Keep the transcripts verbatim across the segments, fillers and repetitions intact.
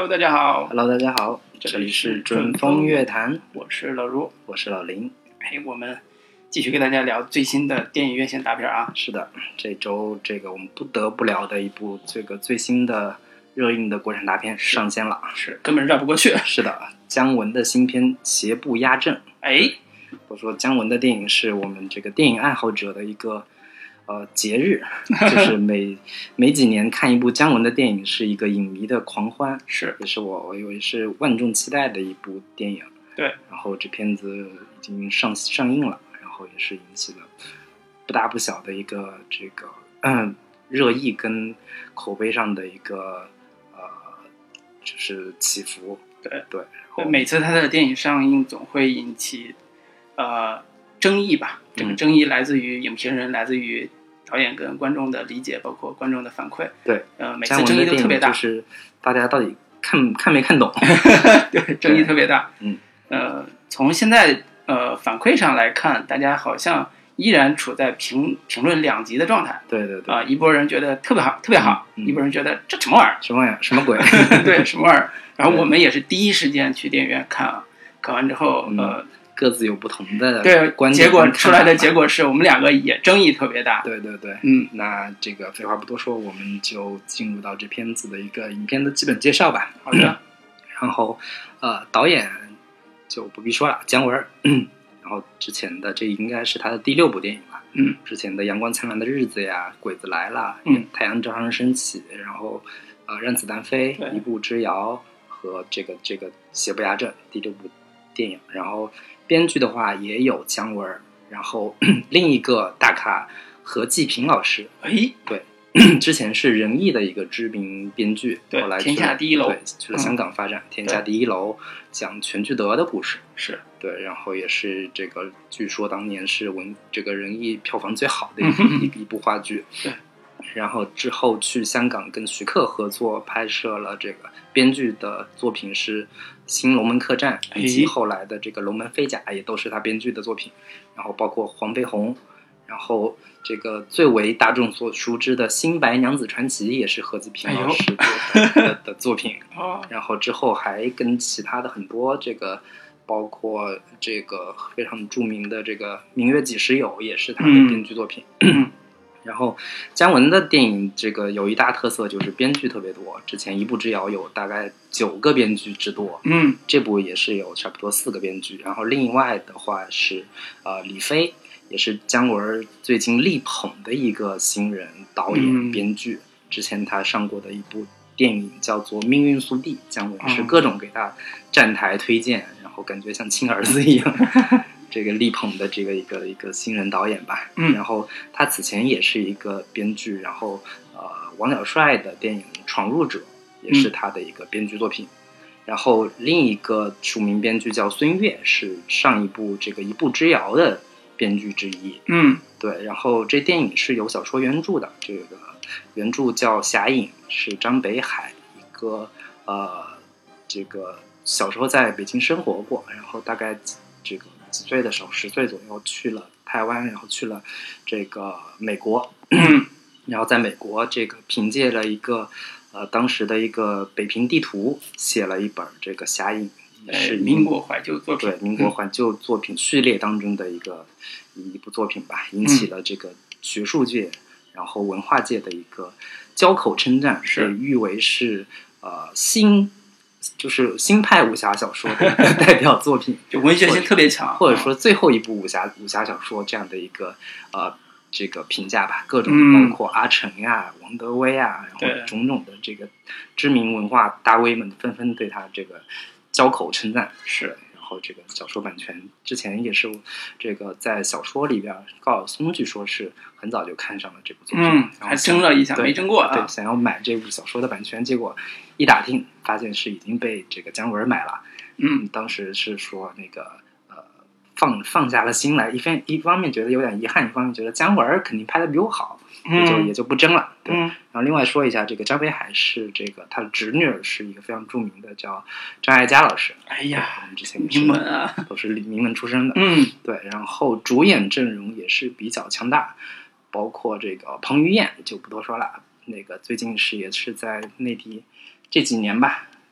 大家好。 Hello， 大家好，这里是准风乐坛， 我是老卢， 我是老林。 哎，我们继续跟大家聊最新的电影院线大片啊。 是的，这周这个我们不得不聊的一部这个最新的热映的国产大片上线了， 是根本绕不过去。 是的，姜文的新片《邪不压正》。 哎， 我说姜文的电影是我们这个电影爱好者的一个呃节日，就是每每几年看一部姜文的电影是一个影迷的狂欢， 是也是我我以为是万众期待的一部电影。 对， 然后这片子已经上上映了，然后也是引起了不大不小的一个这个嗯热议跟口碑上的一个呃就是起伏。 对对， 每次他的电影上映总会引起呃争议吧，这个争议来自于影评人，来自于导演跟观众的理解，包括观众的反馈。 对， 呃，每次争议都特别大， 就是大家到底看看没看懂？ 对，争议特别大。 嗯， 呃，从现在呃反馈上来看，大家好像依然处在评评论两极的状态。 对对对， 啊、呃，一波人觉得特别好，特别好； 嗯、 一波人觉得这什么玩意儿？ 什么玩意儿？什么鬼？ 对，什么玩意儿？然后我们也是第一时间去电影院看啊，看完之后， 嗯、 呃。 各自有不同的对观点， 结果出来的结果是我们两个也争议特别大。 对对对， 嗯， 那这个废话不多说，我们就进入到这片子的一个影片的基本介绍吧。 好的， 然后呃，导演就不必说了，姜文。然后之前的这应该是他的第六部电影了。 嗯， 之前的《阳光灿烂的日子》呀，《鬼子来了》， 嗯， 太阳照常升起，然后呃，让子弹飞，一步之遥和这个这个邪不压正第六部电影，然后。编剧的话也有姜文，然后另一个大咖何继平老师， 哎， 对，之前是仁义的一个知名编剧， 对， 后来天下第一楼， 对，去了香港发展，嗯、天下第一楼讲全聚德的故事， 是对，然后也是这个，据说当年是文这个仁义票房最好的一、 嗯、 一一部话剧， 对， 然后之后去香港跟徐克合作拍摄了这个编剧的作品是。新龙门客栈以及后来的这个龙门飞甲也都是他编剧的作品，然后包括黄飞鸿，然后这个最为大众所熟知的新白娘子传奇也是何继平老师做的、哎、的, 的作品，然后之后还跟其他的很多这个包括这个非常著名的这个明月几时有也是他的编剧作品。 嗯然后姜文的电影这个有一大特色就是编剧特别多，之前一步之遥有大概九个编剧之多， 嗯， 这部也是有差不多四个编剧，然后另外的话是呃李飞，也是姜文最近力捧的一个新人导演编剧，嗯、之前他上过的一部电影叫做《命运速递》，姜文是各种给他站台推荐，嗯、然后感觉像亲儿子一样。这个力捧的这个一个一个新人导演吧， 嗯， 然后他此前也是一个编剧，然后呃，王小帅的电影《闯入者》也是他的一个编剧作品，嗯、然后另一个著名编剧叫孙越，是上一部这个《一步之遥》的编剧之一， 嗯， 对，然后这电影是有小说原著的，这个原著叫《侠影》，是张北海一个呃，这个小时候在北京生活过，然后大概这个。几岁的时候，十岁左右去了台湾，然后去了这个美国，然后在美国这个凭借了一个呃当时的一个北平地图，写了一本这个《侠影》，也是民国怀旧作品， 对民国怀旧作品序列当中的一个、嗯、一部作品吧，引起了这个学术界，然后文化界的一个交口称赞， 是被誉为是呃新。就是新派武侠小说的代表作品， 就文学性特别强， 或者说最后一部武侠武侠小说这样的一个呃这个评价吧，各种包括阿城呀、嗯、王德威啊，然后种种的这个知名文化大 V 们纷纷对他这个交口称赞， 是。 然后这个小说版权之前也是这个在小说里边，高晓松据说是很早就看上了这部作品， 嗯，还争了一下没争过啊， 对，想要买这部小说的版权，结果一打听发现是已经被这个姜文买了， 嗯， 当时是说那个呃放放下了心来，一方一方面觉得有点遗憾，一方面觉得姜文肯定拍的比我好。也就也就不争了，对。 嗯、 然后另外说一下，这个张北海是这个他的侄女儿是一个非常著名的叫张艾嘉老师。 哎呀， 我们之前名门啊， 都是名门出身的。 嗯， 对。然后主演阵容也是比较强大，包括这个彭于晏就不多说了。那个最近是也是在内地这几年吧，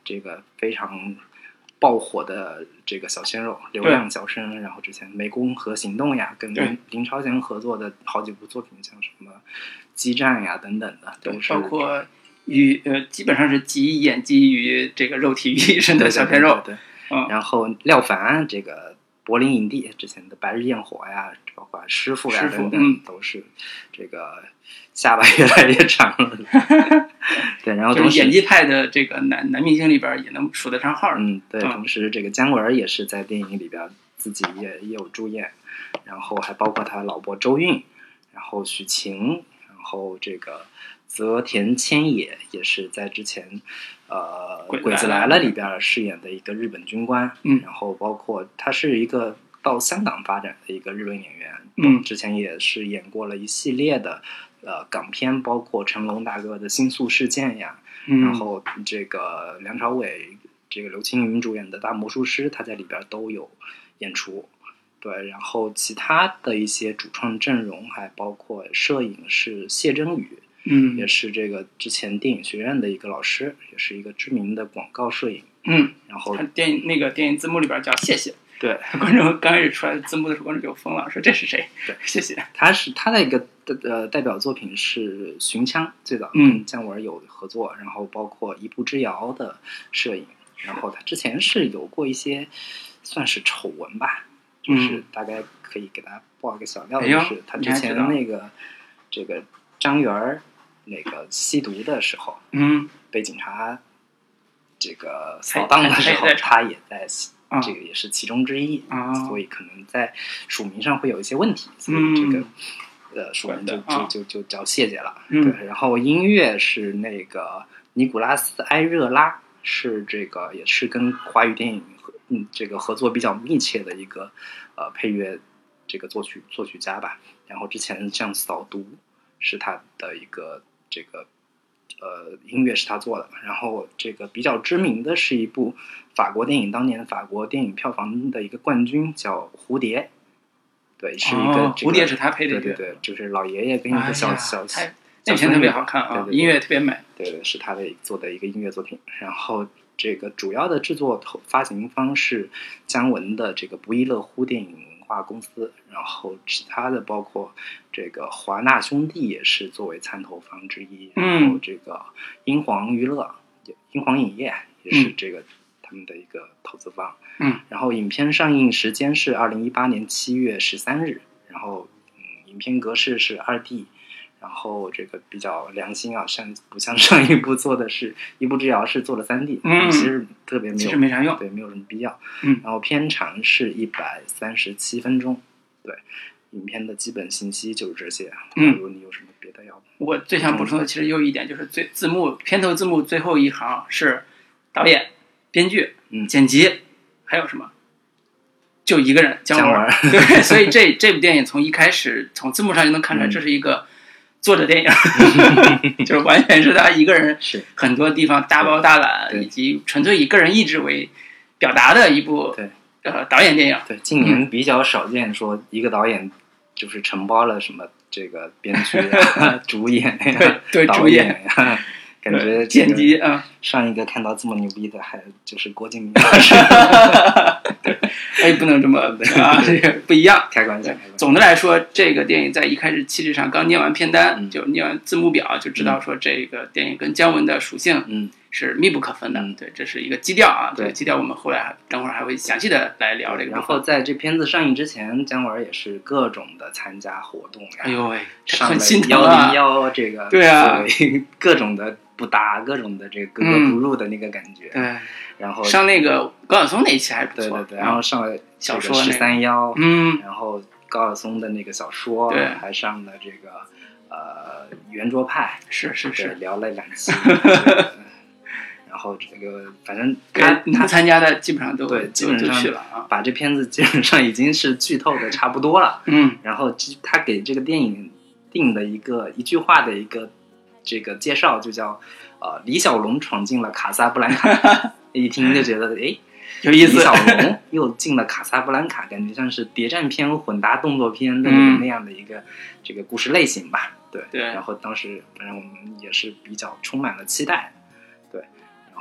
这个非常爆火的这个小鲜肉，流量小生，然后之前《湄公河行动》呀，跟林林超贤合作的好几部作品，像什么《激战》呀等等的，都是包括于呃基本上是集演技于这个肉体于一身的小鲜肉。 对对对对对嗯、然后廖凡这个柏林影帝之前的《白日焰火》呀，包括师傅呀等等， 嗯、 都是这个下巴越来越长了。对，然后同时演技派的这个男男明星里边也能数得上号。 嗯，对， 嗯、 同时这个姜文也是在电影里边自己也也有主演，然后还包括他老婆周韵，然后许晴，然后这个泽田千野也是在之前呃《鬼子来了》里边饰演的一个日本军官， 嗯， 然后包括他是一个到香港发展的一个日本演员， 嗯， 之前也是演过了一系列的呃港片，包括成龙大哥的《新宿事件》呀， 嗯， 然后这个梁朝伟、这个刘青云主演的大魔术师，他在里边都有演出。对，然后其他的一些主创阵容还包括摄影是谢真宇， 嗯， 也是这个之前电影学院的一个老师，也是一个知名的广告摄影。 嗯， 然后电影那个电影字幕里边叫谢谢。 对， 观众刚开始出来字幕的时候，观众就疯了，说这是谁？ 对， 谢谢。 他是他的一个呃代表作品是《寻枪》，最早跟姜文有合作，嗯、然后包括《一步之遥》的摄影，然后他之前是有过一些算是丑闻吧。就是大概可以给大家爆一个小料， 嗯、 就是他之前那个这个张元那个吸毒的时候， 嗯， 被警察这个扫荡的时候，他也在，这个也是其中之一， 啊、 所以可能在署名上会有一些问题，所以这个、嗯、呃署名就就就就叫谢姐了。 嗯、 对，然后音乐是那个尼古拉斯埃热拉，是这个也是跟华语电影。嗯，这个合作比较密切的一个呃配乐这个作曲作曲家吧。然后之前像扫毒是他的一个这个呃音乐是他做的。然后这个比较知名的是一部法国电影，当年法国电影票房的一个冠军叫《蝴蝶》。对，是一个、 哦、蝴蝶是他配的。 对对对，就是老爷爷跟一个小、哎、小那片特别好看啊， 对对对音乐特别美。 对对，是他的做的一个音乐作品。然后。这个主要的制作发行方是姜文的这个不亦乐乎电影文化公司，然后其他的包括这个华纳兄弟也是作为参投方之一， 嗯、 然后这个英皇娱乐、英皇影业也是这个他们的一个投资方。 嗯， 然后影片上映时间是二零一八年七月十三日，然后嗯，影片格式是二 D。然后这个比较良心啊，像不像上一部做的是一步之遥是做了三 D， 嗯， 其实特别没有， 其实没啥用， 对，没有什么必要。 嗯， 然后片长是一百三十七分钟，对，影片的基本信息就是这些。 嗯， 如果你有什么别的要， 我最想补充的其实有一点就是最字幕片头字幕最后一行是导演、编剧、 嗯、 剪辑，还有什么？就一个人，姜文。 对，所以这这部电影从一开始从字幕上就能看出来，这是一个。作者电影就是完全是他一个人， 是很多地方大包大揽，以及纯粹以个人意志为表达的一部对呃导演电影。 对，近年比较少见说一个导演就是承包了什么这个编剧呀、主演呀、 对导演呀，感觉剪辑啊。 上一个看到这么牛逼的还就是郭敬明。 哎，不能这么啊，这个不一样。 开玩笑。 总的来说，这个电影在一开始气质上刚念完片单， 嗯、 就念完字幕表，就知道说这个电影跟姜文的属性嗯是密不可分的。 嗯、 对，这是一个基调啊。 对， 这个基调我们后来等会儿还会详细的来聊这个。 然后在这片子上映之前，姜文也是各种的参加活动呀。 哎呦喂， 上了心幺零幺这个， 对啊， 各种的不搭，各种的这个格格不入的那个感觉。 对。 然后上那个高晓松那一期还不错， 对对对，然后上了小说十三幺， 嗯， 然后高晓松的那个小说， 对， 还上了这个呃圆桌派， 是是是， 聊了两期，然后这个反正他他参加的基本上都对，基本上去了啊， 把这片子基本上已经是剧透的差不多了， 嗯， 然后他给这个电影定的一个一句话的一个这个介绍就叫呃李小龙闯进了卡萨布兰卡。一听就觉得哎， 有意思。 李小龙又进了卡萨布兰卡，感觉像是谍战片混搭动作片的那样的一个、嗯、这个故事类型吧。对对。 然后当时反正我们也是比较充满了期待。对。然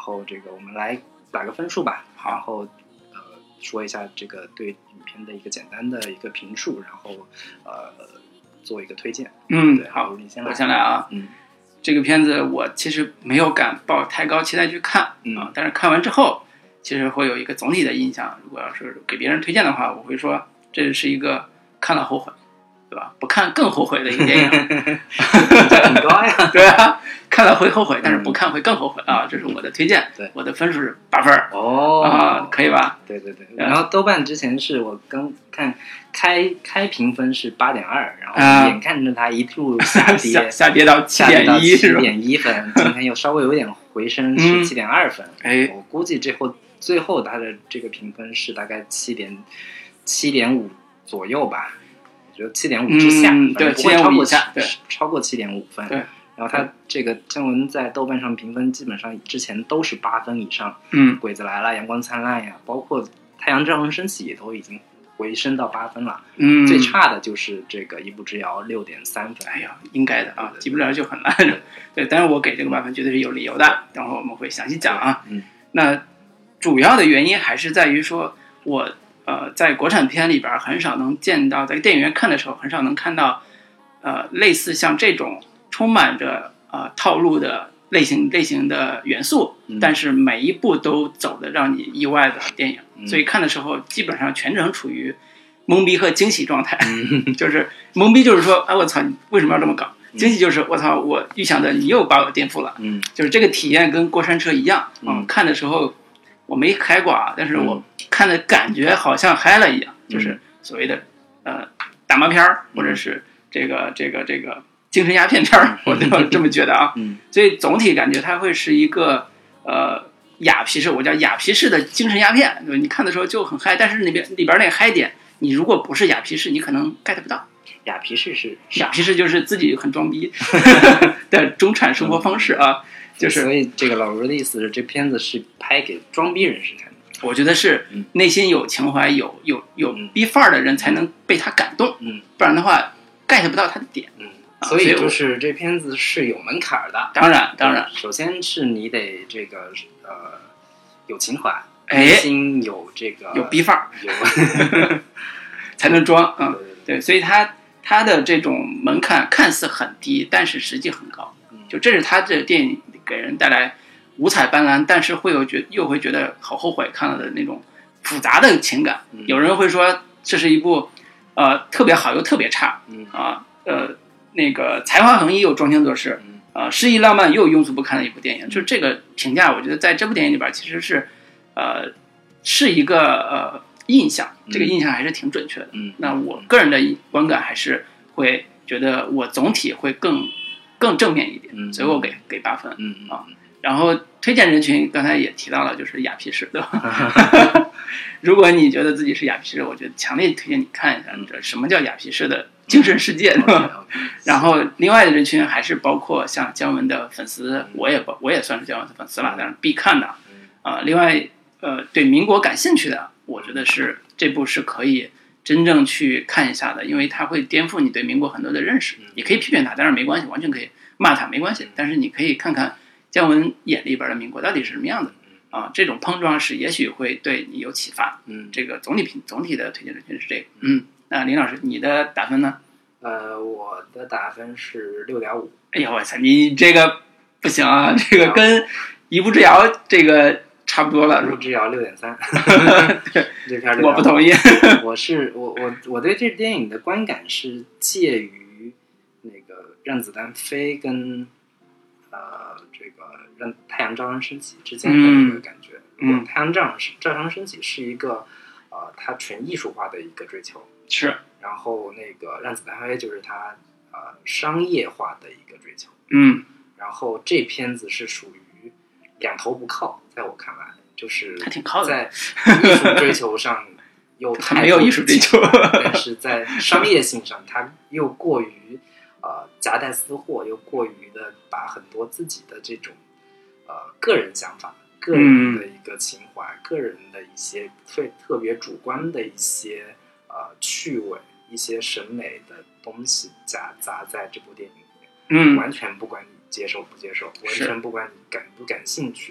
后这个我们来打个分数吧， 好然后呃说一下这个对影片的一个简单的一个评述，然后呃做一个推荐。对， 嗯好， 你先来， 我先来啊。 嗯， 这个片子我其实没有敢抱太高期待去看， 嗯啊，但是看完之后，其实会有一个总体的印象。如果要是给别人推荐的话，我会说这是一个看了后悔，对吧？不看更后悔的一个电影， 很高呀。 对啊，看了会后悔，但是不看会更后悔啊！这是我的推荐， 对， 我的分数是八分哦啊，可以吧？ 对对对。然后豆瓣之前是我刚看开开评分是八点二，然后眼看着它一路下跌， 下下跌到七点一， 七点一分，今天又稍微有点回升，是七点二分。 哎， 我估计最后最后它的这个评分是大概七点七点五左右吧。我觉得七点五之下， 嗯、对，七点五以下，对， 超过七点五分。 对， 然后它这个姜文在豆瓣上评分基本上之前都是八分以上。 嗯， 鬼子来了、阳光灿烂呀，包括太阳照常升起也都已经回升到八分了。 嗯， 最差的就是这个一步之遥六点三分。 哎呀，应该的啊，基本上就很烂。对，但是我给这个八分绝对是有理由的，等会我们会详细讲啊。 嗯， 那主要的原因还是在于说我。呃，在国产片里边很少能见到，在电影院看的时候很少能看到，呃，类似像这种充满着呃套路的类型类型的元素， 嗯、 但是每一部都走的让你意外的电影， 嗯、 所以看的时候基本上全程处于懵逼和惊喜状态。 嗯、 就是懵逼就是说，哎我操，你为什么要这么搞？惊喜就是我操，我预想的你又把我颠覆了。 嗯， 就是这个体验跟过山车一样，嗯，嗯看的时候。我没开过啊，但是我看的感觉好像嗨了一样， 嗯、 就是所谓的呃打麻片儿，或者是这个这个这个精神鸦片片儿，我都这么觉得啊。 嗯， 所以总体感觉它会是一个呃雅皮式，我叫雅皮式的精神鸦片，对，你看的时候就很嗨，但是那边里边那个嗨点，你如果不是雅皮式，你可能 get 不到。 雅皮式是雅皮式就是自己很装逼的中产生活方式啊。就是， 所以这个老卢的意思是，这片子是拍给装逼人士看的。 我觉得是内心有情怀、有有有逼范儿的人才能被他感动， 嗯， 不然的话 get 不到他的点， 嗯。所以就是这片子是有门槛的。 当然，当然， 首先是你得这个呃有情怀， 哎， 内心有这个有逼范儿， 有才能装啊、嗯。 对, 对, 对, 对，所以他他的这种门槛看似很低，但是实际很高。就这是他这电影给人带来五彩斑斓，但是会有觉又会觉得好后悔看了的那种复杂的情感。 嗯、 有人会说这是一部呃特别好又特别差， 嗯啊呃那个才华横溢又装腔作势， 嗯呃诗意浪漫又庸俗不堪的一部电影。就这个评价，我觉得在这部电影里边其实是呃是一个呃印象，这个印象还是挺准确的。 嗯， 那我个人的观感还是会觉得我总体会更。更正面一点， 嗯， 所以我给给八分， 嗯啊，然后推荐人群刚才也提到了，就是雅皮式，对吧？如果你觉得自己是雅皮式，我觉得强烈推荐你看一下，这什么叫雅皮式的精神世界，对吧？然后另外的人群还是包括像姜文的粉丝，我也我也算是姜文的粉丝了，但是必看的，啊，另外呃对民国感兴趣的，我觉得是这部是可以。真正去看一下的，因为它会颠覆你对民国很多的认识。你可以批评他，当然没关系，完全可以骂他没关系。但是你可以看看姜文眼里边的民国到底是什么样的啊？这种碰撞是也许会对你有启发。 嗯， 这个总体评总体的推荐人群是这个。嗯，那林老师你的打分呢？ 呃，我的打分是六点五。 哎呀，我操，你这个不行啊，这个跟一步之遥这个。差不多了， 一步之遥六点三，这片我不同意。 我是我我我对这电影的观感是介于那个让子弹飞跟呃这个让太阳照常升起之间的一个感觉。 嗯， 太阳照照常升起是一个呃它纯艺术化的一个追求， 是。 然后那个让子弹飞就是它呃商业化的一个追求。 嗯， 然后这片子是属于两头不靠。在我看来，就是还挺靠的， 在艺术追求上又太没有艺术追求， 但是在商业性上，它又过于呃夹带私货，又过于的把很多自己的这种呃个人想法、个人的一个情怀、嗯、个人的一些特特别主观的一些呃趣味、一些审美的东西夹杂在这部电影里面， 嗯， 完全不管你接受不接受，完全不管你感不感兴趣。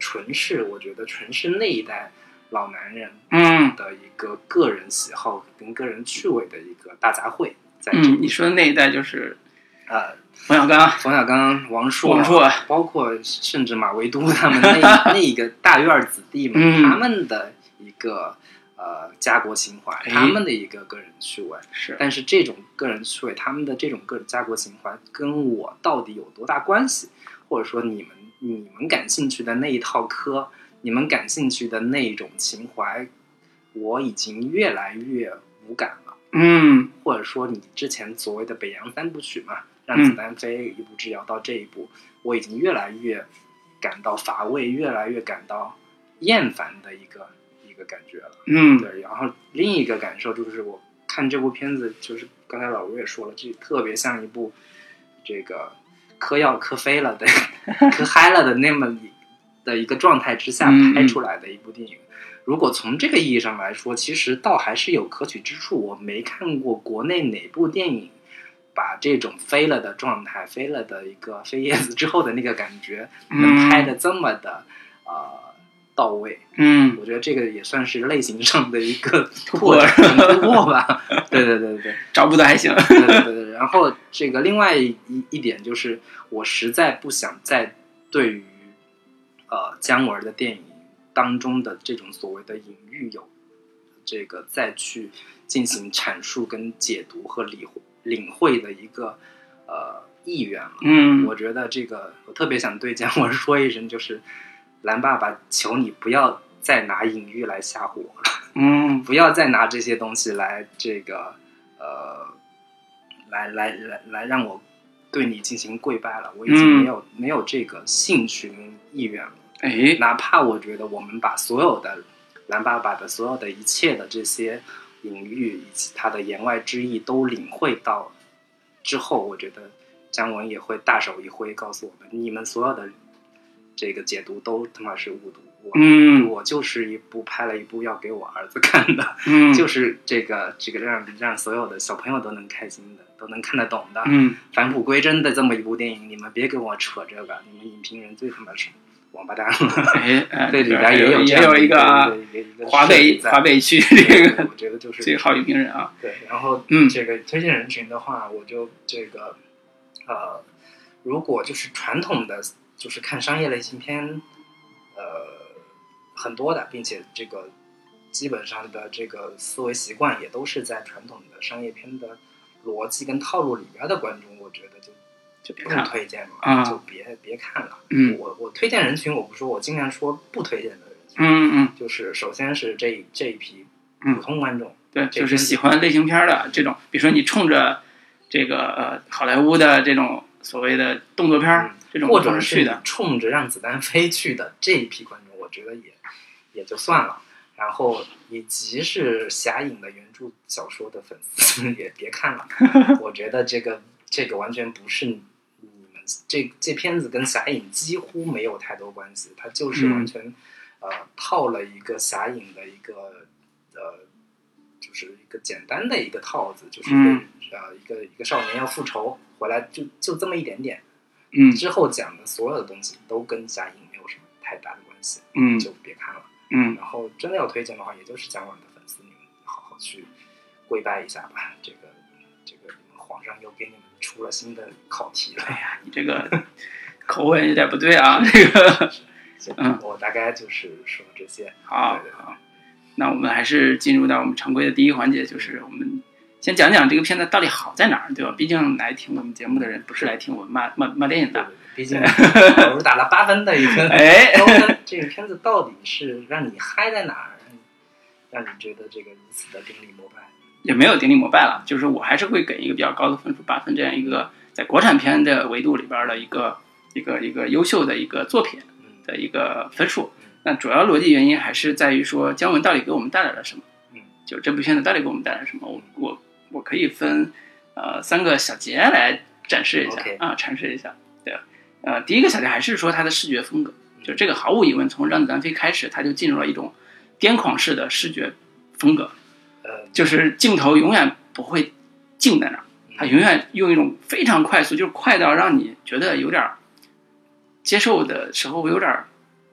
纯是我觉得纯是那一代老男人嗯的一个个人喜好跟个人趣味的一个大杂烩。在这里嗯，你说的那一代就是呃， 冯小刚、 冯小刚、王朔、 王朔， 包括甚至马未都他们那那一个大院子弟们， 嗯、 他们的一个呃家国情怀， 哎、 他们的一个个人趣味。 是， 但是这种个人趣味，他们的这种个人家国情怀，跟我到底有多大关系？或者说你们你们感兴趣的那一套科，你们感兴趣的那种情怀，我已经越来越无感了。 嗯， 或者说你之前所谓的北洋三部曲嘛，让子弹飞、一步之遥到这一步，我已经越来越感到乏味，越来越感到厌烦的一个一个感觉了。 嗯， 对。然后另一个感受就是我看这部片子，就是刚才老吴也说了，这特别像一部这个嗑药嗑飞了的嗑嗨了的那么的一个状态之下拍出来的一部电影。嗯嗯，如果从这个意义上来说，其实倒还是有可取之处。我没看过国内哪部电影把这种飞了的状态，飞了的一个飞叶子之后的那个感觉，能拍得这么的、嗯、呃到位。 嗯， 我觉得这个也算是类型上的一个突破突破吧。对对对对， 找不到还行。 对对对对。然后这个另外一一点就是，我实在不想再对于呃姜文的电影当中的这种所谓的隐喻有这个再去进行阐述跟解读和理领会的一个呃意愿了。 嗯， 我觉得这个我特别想对姜文说一声，就是蓝爸爸，求你不要再拿隐喻来吓唬我了。 嗯， 不要再拿这些东西来这个呃来来来来让我对你进行跪拜了。我已经没有、嗯、没有这个兴趣跟意愿了。 哎， 哪怕我觉得我们把所有的蓝爸爸的所有的一切的这些隐喻以及他的言外之意都领会到之后，我觉得姜文也会大手一挥告诉我们，你们所有的这个解读都他妈是误读。我、 嗯、 我就是一部拍了一部要给我儿子看的， 嗯， 就是这个这个让让所有的小朋友都能开心的，都能看得懂的， 嗯， 返璞归真的这么一部电影，你们别跟我扯这个，你们影评人最他妈是王八蛋了。 哎， 对，里边也有也有一个啊，华北华北区这个， 我觉得就是这个好影评人啊。 对，然后嗯， 这个推荐人群的话，我就这个呃，如果就是传统的，就是看商业类型片，呃，很多的，并且这个基本上的这个思维习惯也都是在传统的商业片的逻辑跟套路里边的观众，我觉得就。 就别看不推荐了， 啊、 就别别看了。 嗯， 我我推荐人群，我不说，我尽量说不推荐的人群。 嗯嗯， 就是首先是这这一批普通观众， 嗯、对，就是喜欢类型片的这种，比如说你冲着这个呃好莱坞的这种所谓的动作片、嗯、这种或者是去的， 冲着让子弹飞去的这一批观众，我觉得也也就算了。然后以及是侠影的原著小说的粉丝也别看了，我觉得这个这个完全不是。这这片子跟侠影几乎没有太多关系，它就是完全、嗯、呃套了一个侠影的一个呃，就是一个简单的一个套子，就是、 嗯、 呃一个一个少年要复仇回来就就这么一点点， 嗯， 之后讲的所有的东西都跟侠影没有什么太大的关系， 嗯， 就别看了， 嗯， 然后真的要推荐的话，也就是姜文的粉丝，你们好好去跪拜一下吧，这个这个你们皇上又给你们出了新的考题了。 哎呀，你这个口吻有点不对啊！这个， 嗯，我大概就是说这些。 好，好，那我们还是进入到我们常规的第一环节，就是我们先讲讲这个片子到底好在哪儿，对吧？毕竟来听我们节目的人不是来听我们骂骂骂电影的， 毕竟我是打了八分的一个哎， 高分。这个片子到底是让你嗨在哪儿，让你觉得这个如此的顶礼膜拜？ 也没有顶礼膜拜了，就是我还是会给一个比较高的分数，八分这样一个在国产片的维度里边的一个一个一个优秀的一个作品的一个分数。那主要逻辑原因还是在于说姜文到底给我们带来了什么？就这部片子到底给我们带来什么？我我我可以分呃三个小节来展示一下、 okay. 啊，阐释一下。对，呃，第一个小节还是说它的视觉风格，就这个毫无疑问，从《让子弹飞》开始，它就进入了一种癫狂式的视觉风格。就是镜头永远不会静在那儿，它永远用一种非常快速，就是快到让你觉得有点接受的时候有点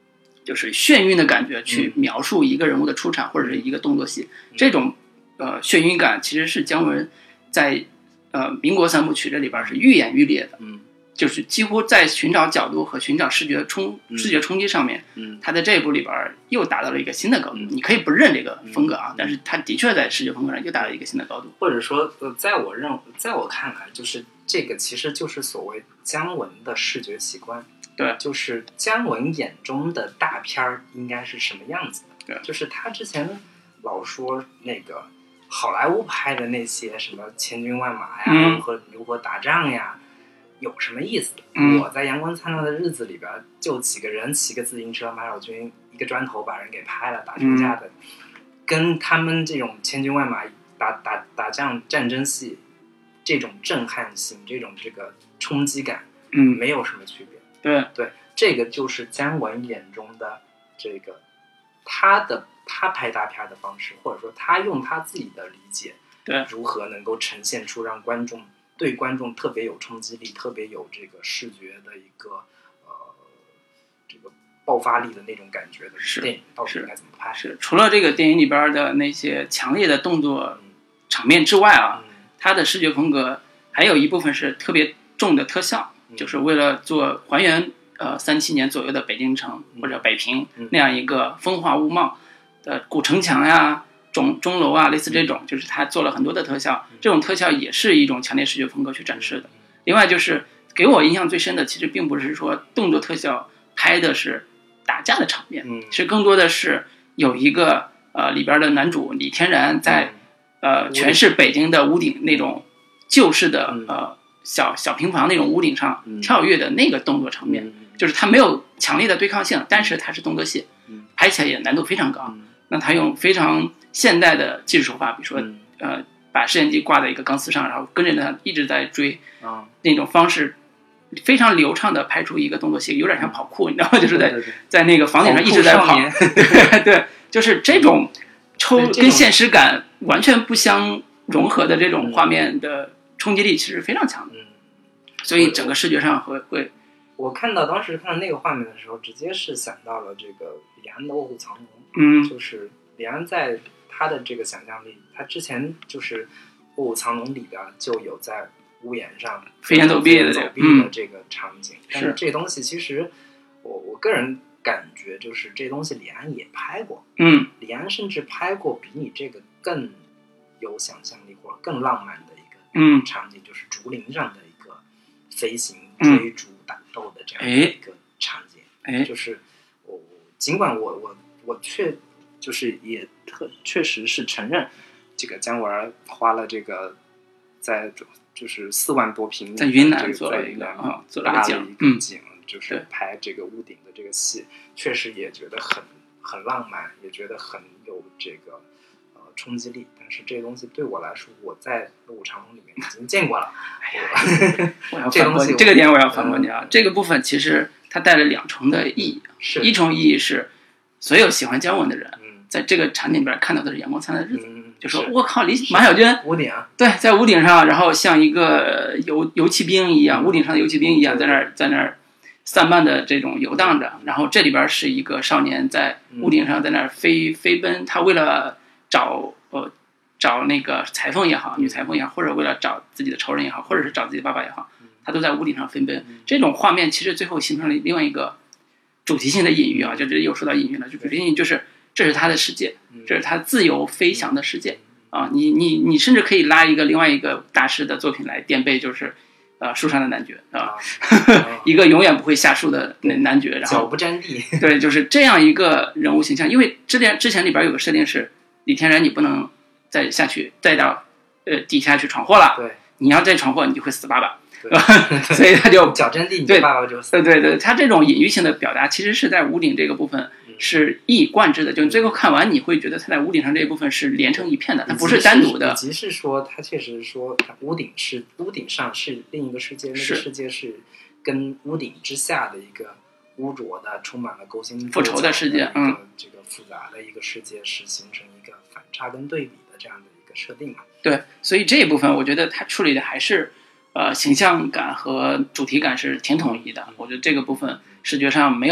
就是眩晕的感觉去描述一个人物的出场或者是一个动作戏， 嗯、 这种呃眩晕感其实是姜文在呃民国三部曲这里边是愈演愈烈的， 嗯， 就是几乎在寻找角度和寻找视觉冲视觉冲击上面， 嗯， 他在这一部里边又达到了一个新的高度。嗯、你可以不认这个风格啊，嗯、但是他的确在视觉风格上又达到了一个新的高度。 或者说，呃，在我认，在我看来，就是这个其实就是所谓姜文的视觉习惯。 对， 就是姜文眼中的大片儿应该是什么样子的？ 对， 就是他之前老说那个好莱坞拍的那些什么千军万马呀， 嗯、 如何如何打仗呀，有什么意思？ 嗯、 我在《阳光灿烂的日子》里边，就几个人骑个自行车，马小军一个砖头把人给拍了，打群架的， 嗯、 跟他们这种千军万马打打打仗战争戏，这种震撼性，这种这个冲击感， 嗯， 没有什么区别。 对对，这个就是姜文眼中的这个他的他拍大片的方式，或者说他用他自己的理解， 对， 如何能够呈现出让观众对观众特别有冲击力、特别有这个视觉的一个呃这个爆发力的那种感觉的电影，到底应该怎么拍？ 是除了这个电影里边的那些强烈的动作场面之外啊， 嗯、 他的视觉风格还有一部分是特别重的特效。就是为了做还原呃三七年左右的北京城或者北平那样一个风华物貌的古城墙呀、钟钟楼啊，类似这种，就是他做了很多的特效，这种特效也是一种强烈视觉风格去展示的。另外就是给我印象最深的，其实并不是说动作特效拍的是打架的场面，其实更多的是有一个呃里边的男主李天然在呃全是北京的屋顶那种旧式的呃。小小平房那种屋顶上跳跃的那个动作场面， 嗯、 就是它没有强烈的对抗性，但是它是动作戏， 嗯、 拍起来也难度非常高。 嗯、 那他用非常现代的技术手法，比如说、 嗯、 呃，把摄像机挂在一个钢丝上，然后跟着他一直在追， 嗯、 那种方式非常流畅的拍出一个动作戏，有点像跑酷，你知道吗？就是在对对对在那个房顶上一直在跑，对对，就是这种抽跟现实感完全不相融合的这种画面的冲击力其实非常强的。 嗯， 所以整个视觉上会会， 我看到当时看到那个画面的时候，直接是想到了这个李安的《卧虎藏龙》。 嗯， 就是李安在他的这个想象力，他之前就是《卧虎藏龙》里边就有在屋檐上飞檐走壁的走壁的这个场景， 嗯、 但是这东西其实我我个人感觉就是这东西李安也拍过， 嗯， 李安甚至拍过比你这个更有想象力或者更浪漫的一个场景， 嗯、 就是竹林上的一个飞行、追逐、打斗的这样的一个场景。 哎， 就是我尽管我我我确就是也特确实是承认，这个姜文花了这个在就是四万多平米在云南做了一个啊， 做了一个景， 嗯，景就是拍这个屋顶的这个戏，确实也觉得很很浪漫，也觉得很有这个呃冲击力。但是这个东西对我来说，我在《卧虎藏龙》里面已经见过了。 哎呀，我要反驳你， 这个点我要反驳你啊！嗯、这个部分其实它带了两重的意义， 是一重意义是所有喜欢姜文的人， 嗯、 在这个场景里边看到的是阳光灿烂的日子， 嗯、 就说我靠，李马小军屋顶对，在屋顶上，然后像一个游游骑兵一样，屋顶上的游骑兵一样，在那儿在那儿散漫的这种游荡着。然后这里边是一个少年在屋顶上在那儿飞飞奔，他为了找呃找那个裁缝也好，女裁缝也好，或者为了找自己的仇人也好，或者是找自己的爸爸也好，他都在屋顶上飞奔。这种画面其实最后形成了另外一个主题性的隐喻啊，就这又说到隐喻了，就主题性就是这是他的世界，这是他自由飞翔的世界啊！你你你甚至可以拉一个另外一个大师的作品来垫背，就是呃树上的男爵啊，一个永远不会下树的男爵，然后脚不沾地， 对，就是这样一个人物形象。因为之前之前里边有个设定是李天然，你不能再下去再到呃底下去闯祸了， 对， 你要再闯祸，你就会死爸爸。所以他就脚沾地，你爸爸就死。 对对对，他这种隐喻性的表达，其实是在屋顶这个部分是一以贯之的。就最后看完，你会觉得他在屋顶上这一部分是连成一片的，它不是单独的。 以及是说，他确实说，屋顶是屋顶上是另一个世界，那个世界是跟屋顶之下的一个污浊的、充满了勾心复仇的世界， 嗯，这个复杂的一个世界是形成一个反差跟对比的这样的一个设定嘛。 对，所以这一部分我觉得他处理的还是。呃，形象感和主题感是挺统一的，我觉得这个部分视觉上没有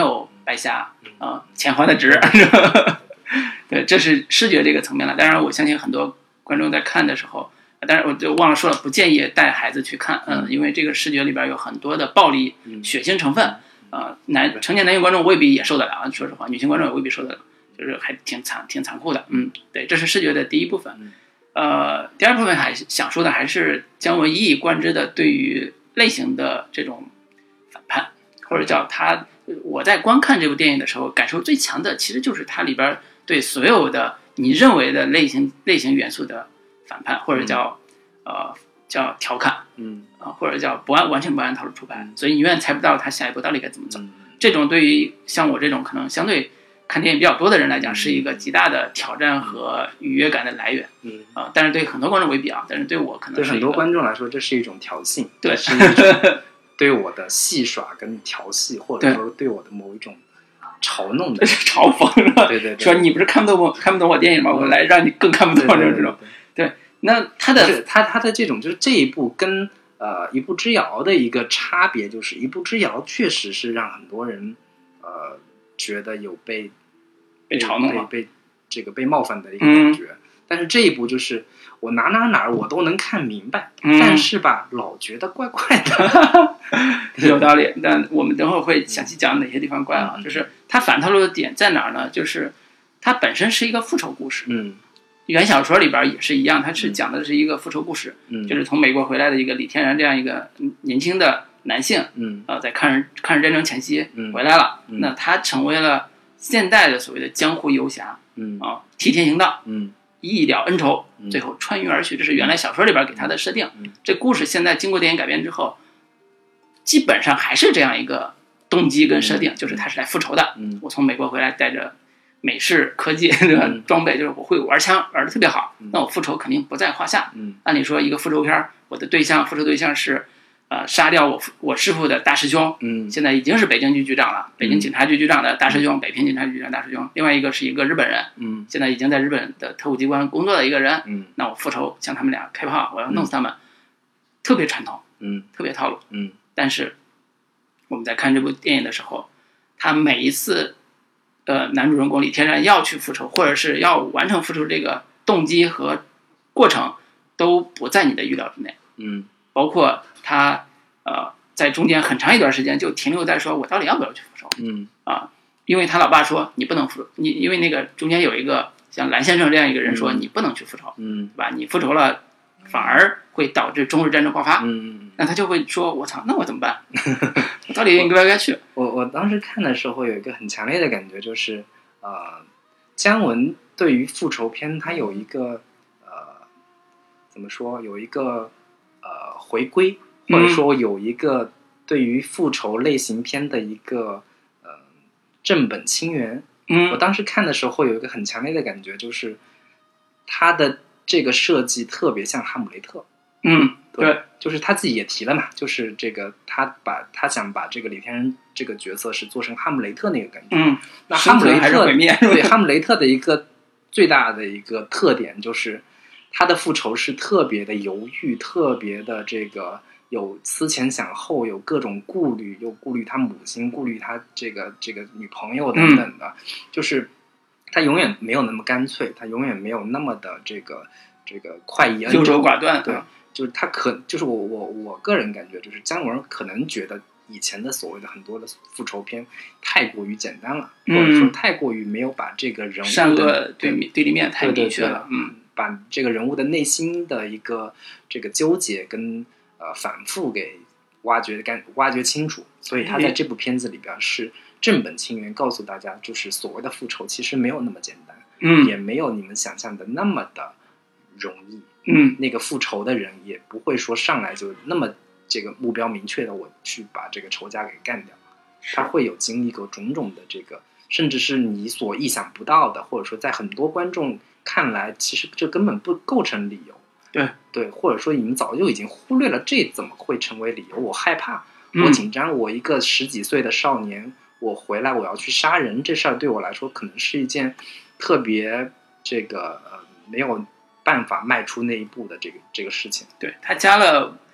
白瞎啊、呃，钱花的值。对，这是视觉这个层面了。当然，我相信很多观众在看的时候，当然我就忘了说了，不建议带孩子去看，嗯、呃，因为这个视觉里边有很多的暴力、血腥成分，呃，男成年男性观众未必也受得了，说实话，女性观众也未必受得了，就是还挺残挺残酷的，嗯，对，这是视觉的第一部分。呃，第二部分还想说的还是姜文一以贯之的对于类型的这种反叛，或者叫他，我在观看这部电影的时候，感受最强的其实就是它里边对所有的你认为的类型类型元素的反叛，或者叫、嗯、呃叫调侃， 嗯啊、呃，或者叫不按完全不按套路出牌，所以你永远猜不到他下一步到底该怎么走。 嗯、 这种对于像我这种可能相对看电影比较多的人来讲，是一个极大的挑战和愉悦感的来源。 嗯啊、呃，但是对很多观众未必啊，但是对我可能是对很多观众来说，这是一种调戏， 对， 是一种对我的戏耍跟调戏，或者说对我的某一种嘲弄的嘲讽， 对对对， 说你不是看不懂我看不懂我电影吗？我来让你更看不懂这种。对，那他的他他的这种就是这一部跟呃一步之遥的一个差别，就是一步之遥确实是让很多人呃觉得有被被嘲弄被被这个被冒犯的一个感觉。嗯，但是这一部就是我哪哪哪儿我都能看明白，嗯、但是吧，老觉得怪怪的， 有道理。但我们等会儿会详细讲哪些地方怪啊？ 嗯、 就是它反套路的点在哪儿呢？就是它本身是一个复仇故事， 嗯， 原小说里边也是一样，它是讲的是一个复仇故事， 嗯， 就是从美国回来的一个李天然这样一个年轻的男性， 嗯， 呃，在抗日抗日战争前夕回来了， 嗯， 那他成为了现代的所谓的江湖游侠， 嗯啊，替天行道， 嗯。 一了恩仇，最后穿云而去，这是原来小说里边给他的设定。 嗯、 这故事现在经过电影改编之后，基本上还是这样一个动机跟设定，嗯、就是他是来复仇的。 嗯、 我从美国回来，带着美式科技这个装备，就是我会玩枪，玩的特别好， 嗯、 那我复仇肯定不在话下。 嗯、 按理说，一个复仇片，我的对象复仇对象是。呃，杀掉我我师傅的大师兄， 嗯， 现在已经是北京局局长了，北京警察局局长的大师兄，嗯、北平警察局局长大师兄。另外一个是一个日本人， 嗯， 现在已经在日本的特务机关工作的一个人， 嗯， 那我复仇向他们俩开炮，我要弄死他们，嗯、特别传统， 嗯， 特别套路， 嗯。 但是我们在看这部电影的时候，他每一次，呃，男主人公李天然要去复仇，或者是要完成复仇这个动机和过程，都不在你的预料之内， 嗯， 包括他。呃，在中间很长一段时间就停留在说我到底要不要去复仇， 嗯啊，因为他老爸说你不能复仇，你因为那个中间有一个像蓝先生这样一个人说、嗯、你不能去复仇， 嗯， 对吧？你复仇了反而会导致中日战争爆发， 嗯， 那他就会说我操，那我怎么办？我到底应该不该去？ 我我当时看的时候有一个很强烈的感觉，就是呃，姜文对于复仇片他有一个呃怎么说，有一个呃回归。或者说有一个对于复仇类型片的一个呃正本清源。 嗯， 我当时看的时候有一个很强烈的感觉，就是他的这个设计特别像哈姆雷特。 嗯，对， 对，就是他自己也提了嘛，就是这个他把他想把这个李天然这个角色是做成哈姆雷特那个感觉。 嗯， 那哈姆雷特对哈姆雷特的一个最大的一个特点就是他的复仇是特别的犹豫，特别的这个。有思前想后，有各种顾虑，又顾虑他母亲，顾虑他这个这个女朋友等等的，嗯、就是他永远没有那么干脆，他永远没有那么的这个这个快意恩仇， 优柔寡断。 对，就是他可就是我我我个人感觉，就是姜文可能觉得以前的所谓的很多的复仇片太过于简单了， 嗯、 或者说太过于没有把这个人物善恶对对立面太明确了， 嗯， 把这个人物的内心的一个这个纠结跟。呃，反复给挖掘干挖掘清楚，所以他在这部片子里边是正本清源，告诉大家，就是所谓的复仇其实没有那么简单， 嗯， 也没有你们想象的那么的容易， 嗯， 那个复仇的人也不会说上来就那么这个目标明确的，我去把这个仇家给干掉，他会有经历过种种的这个，甚至是你所意想不到的，或者说在很多观众看来，其实这根本不构成理由。 对对，或者说你们早就已经忽略了，这怎么会成为理由？我害怕，我紧张，我一个十几岁的少年，我回来我要去杀人，这事儿对我来说可能是一件特别这个呃没有办法迈出那一步的这个这个事情。 对，他加了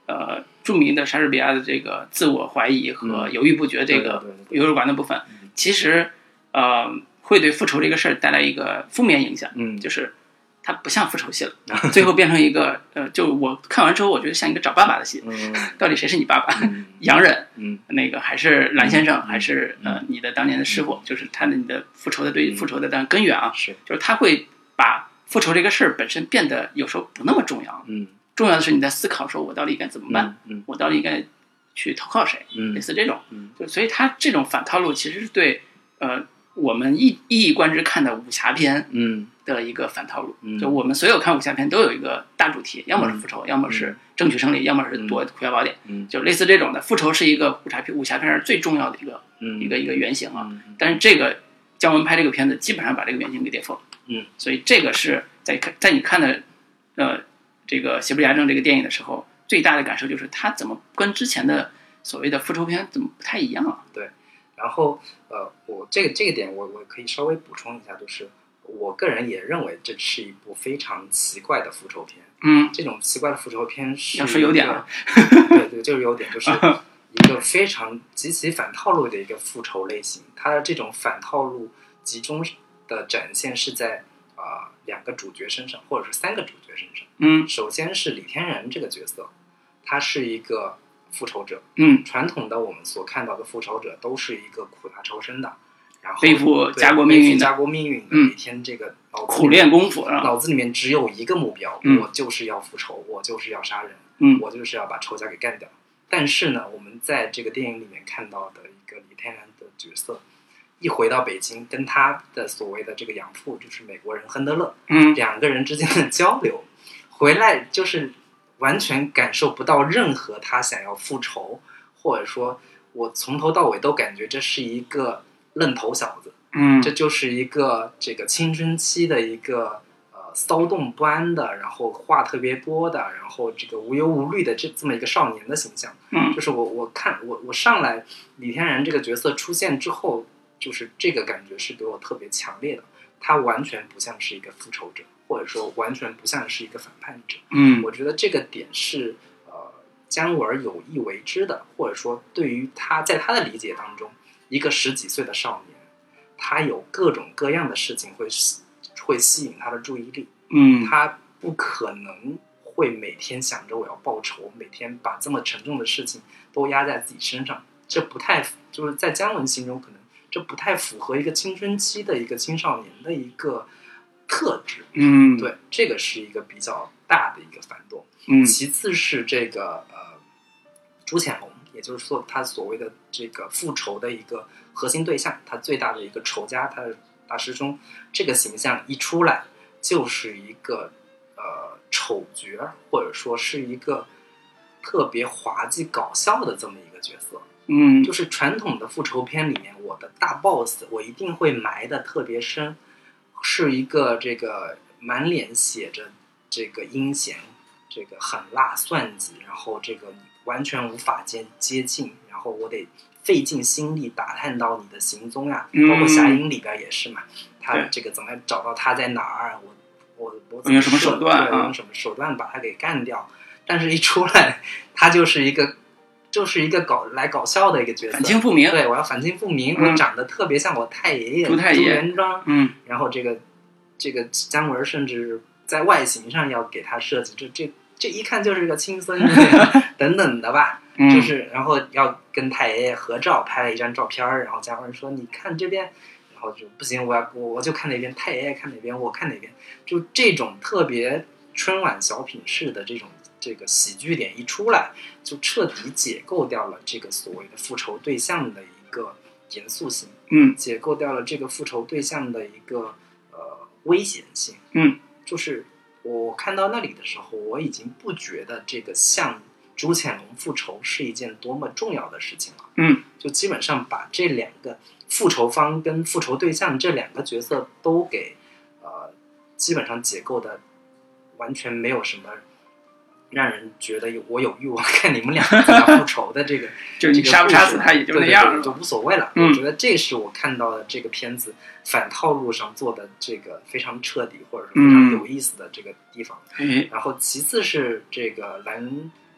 呃著名的莎士比亚的这个自我怀疑和犹豫不决这个优柔寡断部分，其实呃会对复仇这个事儿带来一个负面影响， 嗯， 就是它不像复仇戏了，最后变成一个呃，就我看完之后，我觉得像一个找爸爸的戏， 嗯、 到底谁是你爸爸？ 嗯、 洋人， 嗯， 那个还是蓝先生， 嗯、 还是呃你的当年的师傅？ 嗯、 就是他的你的复仇的对复仇的当根源啊， 是， 就是他会把复仇这个事儿本身变得有时候不那么重要， 嗯， 重要的是你在思考说我到底该怎么办， 嗯，嗯我到底应该去投靠谁， 嗯， 类似这种， 嗯， 就所以他这种反套路其实是对呃我们一一以贯之看的武侠片， 嗯。 的一个反套路， 嗯、 就我们所有看武侠片都有一个大主题，要么是复仇， 嗯、 要么是争取胜利，嗯、要么是夺葵花宝典， 嗯、 就类似这种的。复仇是一个武侠片武侠片最重要的一个、 嗯、 一个一个原型啊。 嗯、 但是这个姜文拍这个片子，基本上把这个原型给颠覆了。 嗯， 所以这个是在看在你看的呃这个《邪不压正》这个电影的时候，最大的感受就是它怎么跟之前的所谓的复仇片怎么不太一样啊？ 对，然后呃，我这个这个点我我可以稍微补充一下，就是。我个人也认为这是一部非常奇怪的复仇片。 嗯， 这种奇怪的复仇片是要说有点啊， 对对，就是有点，就是一个非常极其反套路的一个复仇类型。它的这种反套路集中的展现是在啊、呃、两个主角身上，或者是三个主角身上。 嗯， 首先是李天然这个角色，他是一个复仇者。 嗯， 传统的我们所看到的复仇者都是一个苦大仇深的。然后背负家国命运的， 家国命运的， 嗯， 每天这个脑子苦练功夫， 脑子里面只有一个目标， 嗯、 我就是要复仇，我就是要杀人， 嗯， 我就是要把仇家给干掉。但是呢，我们在这个电影里面看到的一个李天然的角色，一回到北京，跟他的所谓的这个养父，就是美国人亨德勒， 嗯， 两个人之间的交流，回来就是完全感受不到任何他想要复仇，或者说我从头到尾都感觉这是一个愣头小子。 嗯， 这就是一个这个青春期的一个呃骚动不安的，然后话特别多的，然后这个无忧无虑的这这么一个少年的形象。 嗯， 就是我我看我我上来李天然这个角色出现之后，就是这个感觉是给我特别强烈的。他完全不像是一个复仇者，或者说完全不像是一个反叛者。 嗯， 我觉得这个点是呃姜文有意为之的，或者说对于他在他的理解当中，一个十几岁的少年。他有各种各样的事情会会吸引他的注意力， 嗯， 他不可能会每天想着我要报仇，每天把这么沉重的事情都压在自己身上，这不太就是在姜文心中可能这不太符合一个青春期的一个青少年的一个特质， 嗯， 对，这个是一个比较大的一个反动， 嗯， 其次是这个呃朱潜龙，也就是说他所谓的这个复仇的一个核心对象，他最大的一个仇家，他的大师兄，这个形象一出来，就是一个呃丑角，或者说是一个特别滑稽搞笑的这么一个角色。 嗯， 就是传统的复仇片里面，我的大 boss 我一定会埋的特别深，是一个这个满脸写着这个阴险，这个狠辣算计，然后这个你完全无法接接近，然后我得费尽心力打探到你的行踪呀、啊，包括侠影里边也是嘛，他这个怎么找到他在哪儿，我我我怎么用什么手段啊？用什么手段把他给干掉？但是一出来，他就是一个就是一个搞来搞笑的一个角色， 反清复明。 对，我要反清复明， 嗯、 我长得特别像我太爷爷朱太爷， 朱元璋。 嗯， 然后这个这个姜文甚至在外形上要给他设计，这这这一看就是个亲孙子等等的吧。 嗯、 就是然后要跟太爷爷合照，拍了一张照片，然后姜文说：“你看这边。”然后就不行，我要我我就看哪边，太爷爷看哪边，我看哪边。就这种特别春晚小品式的这种这个喜剧点一出来，就彻底解构掉了这个所谓的复仇对象的一个严肃性， 嗯， 解构掉了这个复仇对象的一个呃危险性， 嗯， 就是我看到那里的时候，我已经不觉得这个向朱潜龙复仇是一件多么重要的事情了， 嗯， 就基本上把这两个复仇方跟复仇对象这两个角色都给呃基本上解构的完全没有什么让人觉得我有欲望看你们两个怎么复仇的这个就你杀不杀死他也就那样了， 对对对，就无所谓了、 嗯、 我觉得这是我看到的这个片子反套路上做的这个非常彻底或者是非常有意思的这个地方、 嗯、 然后其次是这个蓝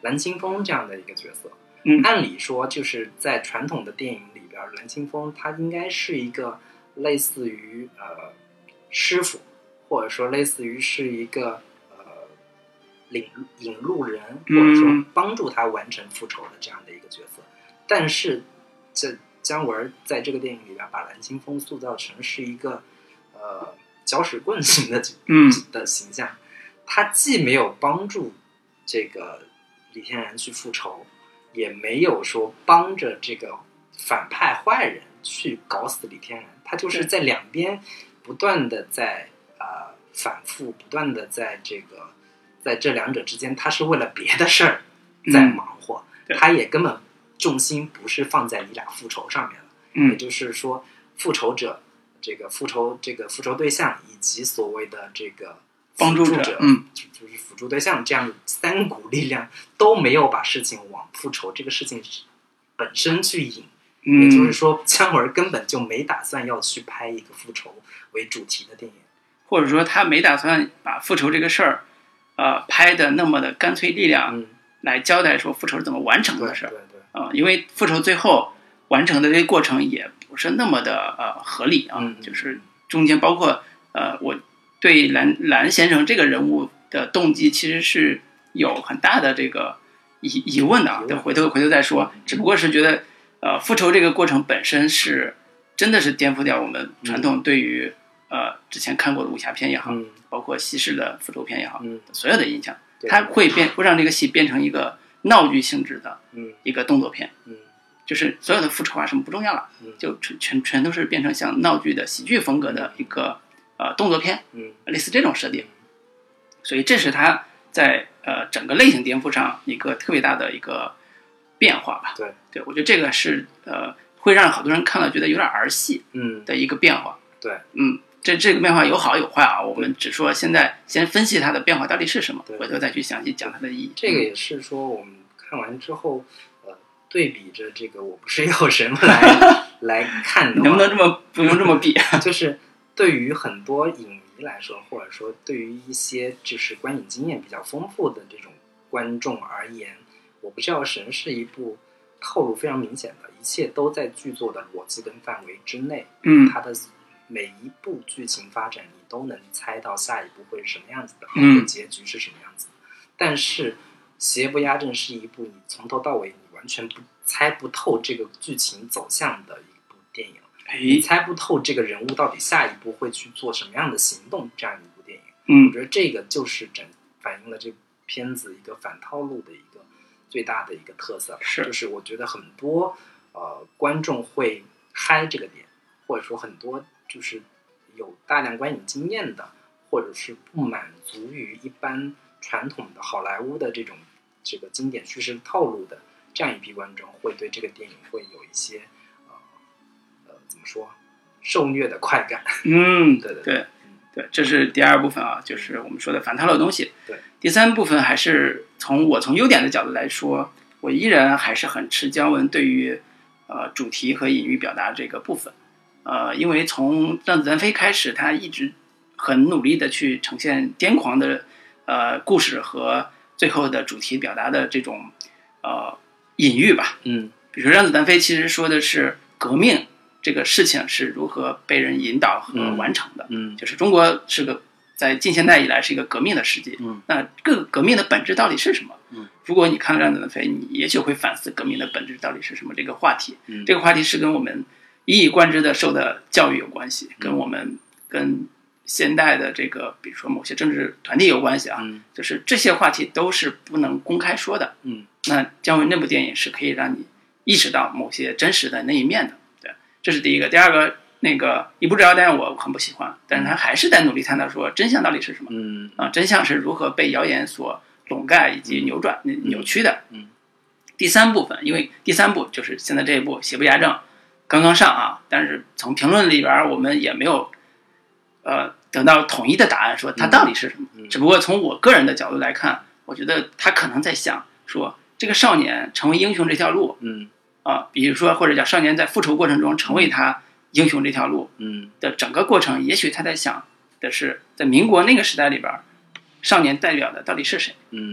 蓝青峰这样的一个角色。 嗯， 按理说就是在传统的电影里边，蓝青峰他应该是一个类似于呃师傅，或者说类似于是一个呃领引路人，或者说帮助他完成复仇的这样的一个角色。但是这姜文在这个电影里边把蓝青峰塑造成是一个呃搅屎棍型的嗯的形象，他既没有帮助这个李天然去复仇，也没有说帮着这个反派坏人去搞死李天然，他就是在两边不断的在呃反复，不断的在这个在这两者之间，他是为了别的事儿在忙活， 嗯、 他也根本重心不是放在你俩复仇上面了。 嗯， 也就是说，复仇者这个复仇这个复仇对象以及所谓的这个帮助者， 嗯， 就是辅助对象这样三股力量都没有把事情往复仇这个事情本身去引。 嗯， 也就是说，姜文根本就没打算要去拍一个复仇为主题的电影， 或者说他没打算把复仇这个事儿，呃，拍的那么的干脆利落，来交代说复仇是怎么完成的事儿。 对对对， 啊、呃，因为复仇最后完成的这个过程也不是那么的呃合理啊， 嗯、 就是中间包括呃，我对蓝蓝先生这个人物的动机其实是有很大的这个疑疑问的啊，等回头回头再说，只不过是觉得。呃，复仇这个过程本身是真的是颠覆掉我们传统对于、嗯、呃之前看过的武侠片也好， 嗯、 包括西式的复仇片也好， 嗯、 所有的印象，它会变会让这个戏变成一个闹剧性质的一个动作片， 嗯、 就是所有的复仇啊什么不重要了， 嗯、 就全全全都是变成像闹剧的喜剧风格的一个呃动作片， 嗯、 类似这种设定，所以这是它在呃整个类型颠覆上一个特别大的一个。变化吧， 对对，我觉得这个是呃，会让好多人看了觉得有点儿戏， 嗯的一个变化， 对， 嗯，这这个变化有好有坏啊，我们只说现在先分析它的变化到底是什么，回头再去详细讲它的意义。 这个也是说我们看完之后，呃，对比着这个《我不是药神》来来看的话， 能不能这么不用这么比？ 就是对于很多影迷来说，或者说对于一些就是观影经验比较丰富的这种观众而言。我不是药神是一部套路非常明显的，一切都在剧作的逻辑跟范围之内。 嗯， 它的每一步剧情发展，你都能猜到下一步会是什么样子的， 嗯， 结局是什么样子的。但是《邪不压正》是一部你从头到尾你完全不猜不透这个剧情走向的一部电影， 哎、 你猜不透这个人物到底下一步会去做什么样的行动，这样一部电影。 嗯， 我觉得这个就是整反映了这片子一个反套路的一个。最大的一个特色是， 就是我觉得很多呃观众会嗨这个点，或者说很多就是有大量观影经验的，或者是不满足于一般传统的好莱坞的这种这个经典叙事套路的这样一批观众，会对这个电影会有一些呃呃怎么说受虐的快感。 嗯， 对对对。对对，这是第二部分啊，就是我们说的反套路的东西。 对， 第三部分还是从我从优点的角度来说，我依然还是很吃姜文对于呃主题和隐喻表达这个部分。呃，因为从《让子弹飞》开始，他一直很努力的去呈现癫狂的呃故事和最后的主题表达的这种呃隐喻吧。 嗯， 比如说《让子弹飞》其实说的是革命。这个事情是如何被人引导和完成的？ 嗯， 就是中国是个在近现代以来是一个革命的世界。 嗯， 那各革命的本质到底是什么？ 嗯， 如果你看了《让子弹飞》，你也许会反思革命的本质到底是什么这个话题。 嗯， 这个话题是跟我们一以贯之的受的教育有关系，跟我们跟现代的这个，比如说某些政治团体有关系啊。 嗯， 就是这些话题都是不能公开说的。 嗯， 那姜文那部电影是可以让你意识到某些真实的那一面的。这是第一个，第二个，那个一步之遥，但是我很不喜欢，但是他还是在努力探讨说真相到底是什么， 嗯啊，真相是如何被谣言所笼盖以及扭转、 嗯、 扭曲的。 嗯， 第三部分，因为第三部就是现在这一部《邪不压正》刚刚上啊，但是从评论里边我们也没有呃得到统一的答案，说它到底是什么。 嗯、 只不过从我个人的角度来看，我觉得他可能在想说，这个少年成为英雄这条路， 嗯。 啊，比如说或者叫少年在复仇过程中成为他英雄这条路的整个过程，也许他在想的是，在民国那个时代里边，少年代表的到底是谁？ 嗯，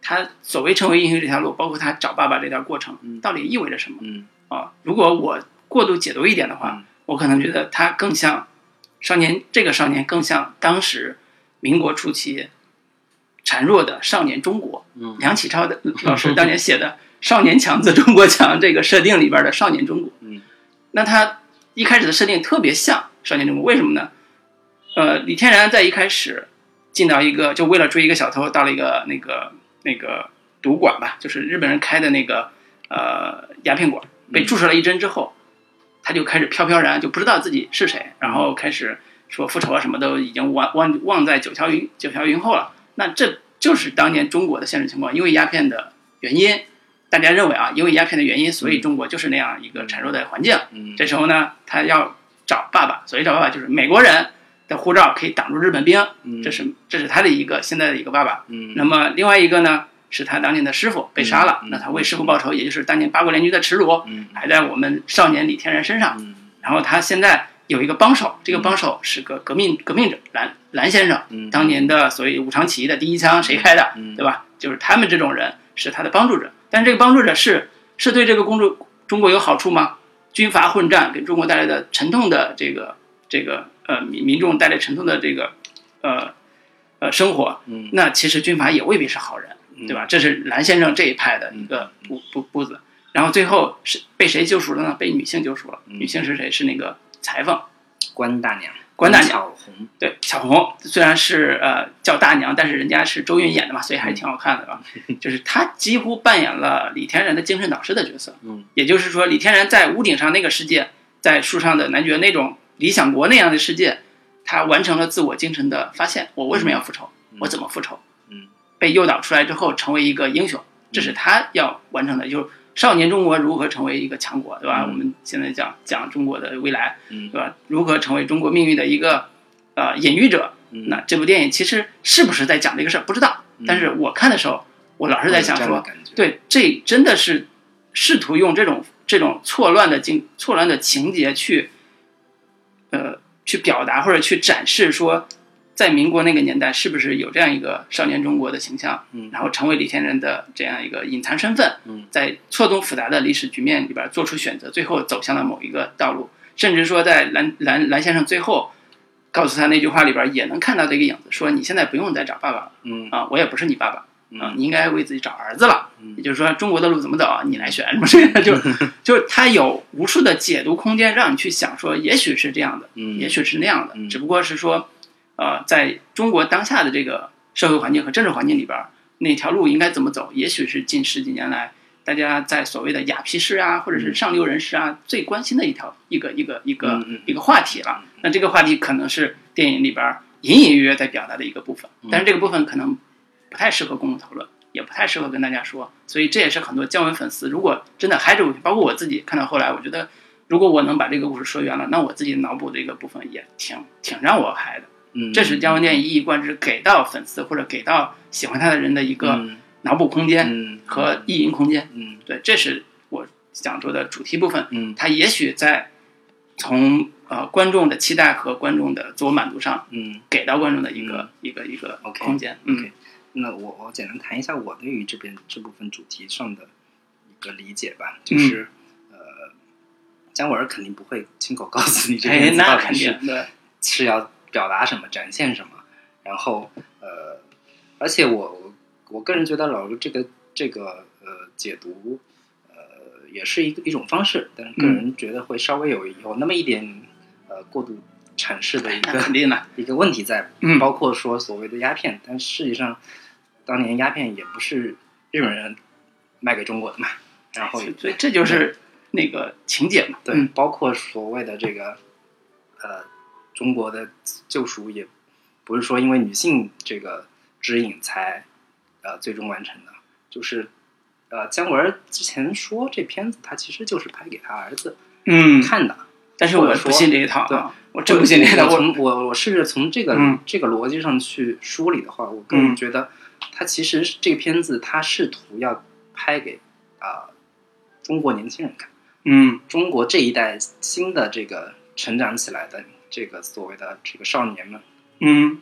他所谓成为英雄这条路，包括他找爸爸这条过程， 嗯到底意味着什么？ 嗯啊，如果我过度解读一点的话， 嗯我可能觉得他更像少年，这个少年更像当时民国初期孱弱的少年中国。 嗯， 梁启超的老师当年写的“少年强则中国强”这个设定里边的少年中国。 嗯， 那他一开始的设定特别像少年中国，为什么呢？呃，李天然在一开始进到一个，就为了追一个小偷，到了一个那个那个赌馆吧，就是日本人开的那个呃鸦片馆，被注射了一针之后，他就开始飘飘然，就不知道自己是谁，然后开始说复仇啊什么都已经忘忘忘在九霄云九霄云后了。那这就是当年中国的现实情况，因为鸦片的原因，大家认为啊，因为鸦片的原因，所以中国就是那样一个孱弱的环境。 嗯， 这时候呢，他要找爸爸，所以找爸爸就是美国人的护照可以挡住日本兵， 嗯， 这是这是他的一个现在的一个爸爸。 嗯， 那么另外一个呢，是他当年的师傅被杀了， 嗯、 那他为师傅报仇，也就是当年八国联军的耻辱， 嗯， 还在我们少年李天然身上。 嗯， 然后他现在有一个帮手，这个帮手是个革命革命者蓝蓝先生， 嗯， 当年的所谓武昌起义的第一枪谁开的， 嗯， 对吧？就是他们这种人是他的帮助者，但是这个帮助者是是对这个公主中国有好处吗？军阀混战给中国带来的沉痛的这个这个呃民民众带来沉痛的这个呃呃生活， 嗯， 那其实军阀也未必是好人，对吧？这是蓝先生这一派的一个步步步子。然后最后是被谁救赎了呢？被女性救赎了。女性是谁？是那个裁缝关大娘。 关大娘， 巧红， 对，巧红虽然是呃叫大娘，但是人家是周韵演的嘛，所以还是挺好看的吧。就是她几乎扮演了李天然的精神导师的角色。 嗯， 也就是说，李天然在屋顶上那个世界，在树上的男爵那种理想国那样的世界，他完成了自我精神的发现。我为什么要复仇？ 嗯、 我怎么复仇？ 嗯， 被诱导出来之后，成为一个英雄，这是他要完成的。就是少年中国如何成为一个强国，对吧？ 嗯、 我们现在讲讲中国的未来， 嗯， 对吧？如何成为中国命运的一个呃隐喻者？ 嗯、 那这部电影其实是不是在讲这个事儿，不知道。 嗯、 但是我看的时候，我老是在想说， 这对，这真的是试图用这种这种错乱的经错乱的情节去，呃，去表达或者去展示说，在民国那个年代是不是有这样一个少年中国的形象， 嗯， 然后成为李天然的这样一个隐藏身份， 嗯， 在错综复杂的历史局面里边做出选择，最后走向了某一个道路，甚至说在蓝蓝蓝先生最后告诉他那句话里边也能看到这个影子，说你现在不用再找爸爸了， 嗯啊，我也不是你爸爸。啊， 嗯， 你应该为自己找儿子了。 嗯， 也就是说，中国的路怎么走啊？你来选，什么之类的，就就是他有无数的解读空间，让你去想说，也许是这样的， 嗯， 也许是那样的， 嗯， 只不过是说，呃，在中国当下的这个社会环境和政治环境里边，那条路应该怎么走？也许是近十几年来大家在所谓的雅皮士啊，或者是上流人士啊，最关心的一条一个一个一个、 嗯、 一个话题了。那这个话题可能是电影里边隐隐约约在表达的一个部分，但是这个部分可能不太适合公共讨论。也不太适合跟大家说，所以这也是很多姜文粉丝如果真的嗨着，包括我自己看到后来，我觉得如果我能把这个故事说圆了，那我自己脑补这个部分也挺挺让我嗨的。 嗯， 这是姜文电影一以贯之给到粉丝或者给到喜欢他的人的一个脑补空间和意淫空间。 嗯， 对，这是我想说的主题部分。 嗯， 他也许在从呃观众的期待和观众的自我满足上， 嗯， 给到观众的一个、嗯、一个一个空间。 嗯。Okay. 那我我简单谈一下我对于这边这部分主题上的一个理解吧，就是、嗯、呃，姜文肯定不会亲口告诉你这个片子到底是是要表达什么、展现什么，然后呃，而且我我我个人觉得老卢这个这个呃解读呃也是一个一种方式，但是个人觉得会稍微有有那么一点呃过度阐释的一个肯定的一个问题在， 嗯， 包括说所谓的鸦片，但实际上。当年鸦片也不是日本人卖给中国的嘛，然后所以这就是那个情节嘛， 对， 嗯、 包括所谓的这个呃中国的救赎，也不是说因为女性这个指引才呃最终完成的，就是呃姜文之前说这片子他其实就是拍给他儿子嗯看的， 嗯、但是我不信这一套， 对， 我真不信这一套。 我从我我试着从这个、 嗯、 这个逻辑上去梳理的话，我个人觉得。他其实这个片子，他试图要拍给啊、呃、中国年轻人看， 嗯， 中国这一代新的这个成长起来的这个所谓的这个少年们， 嗯，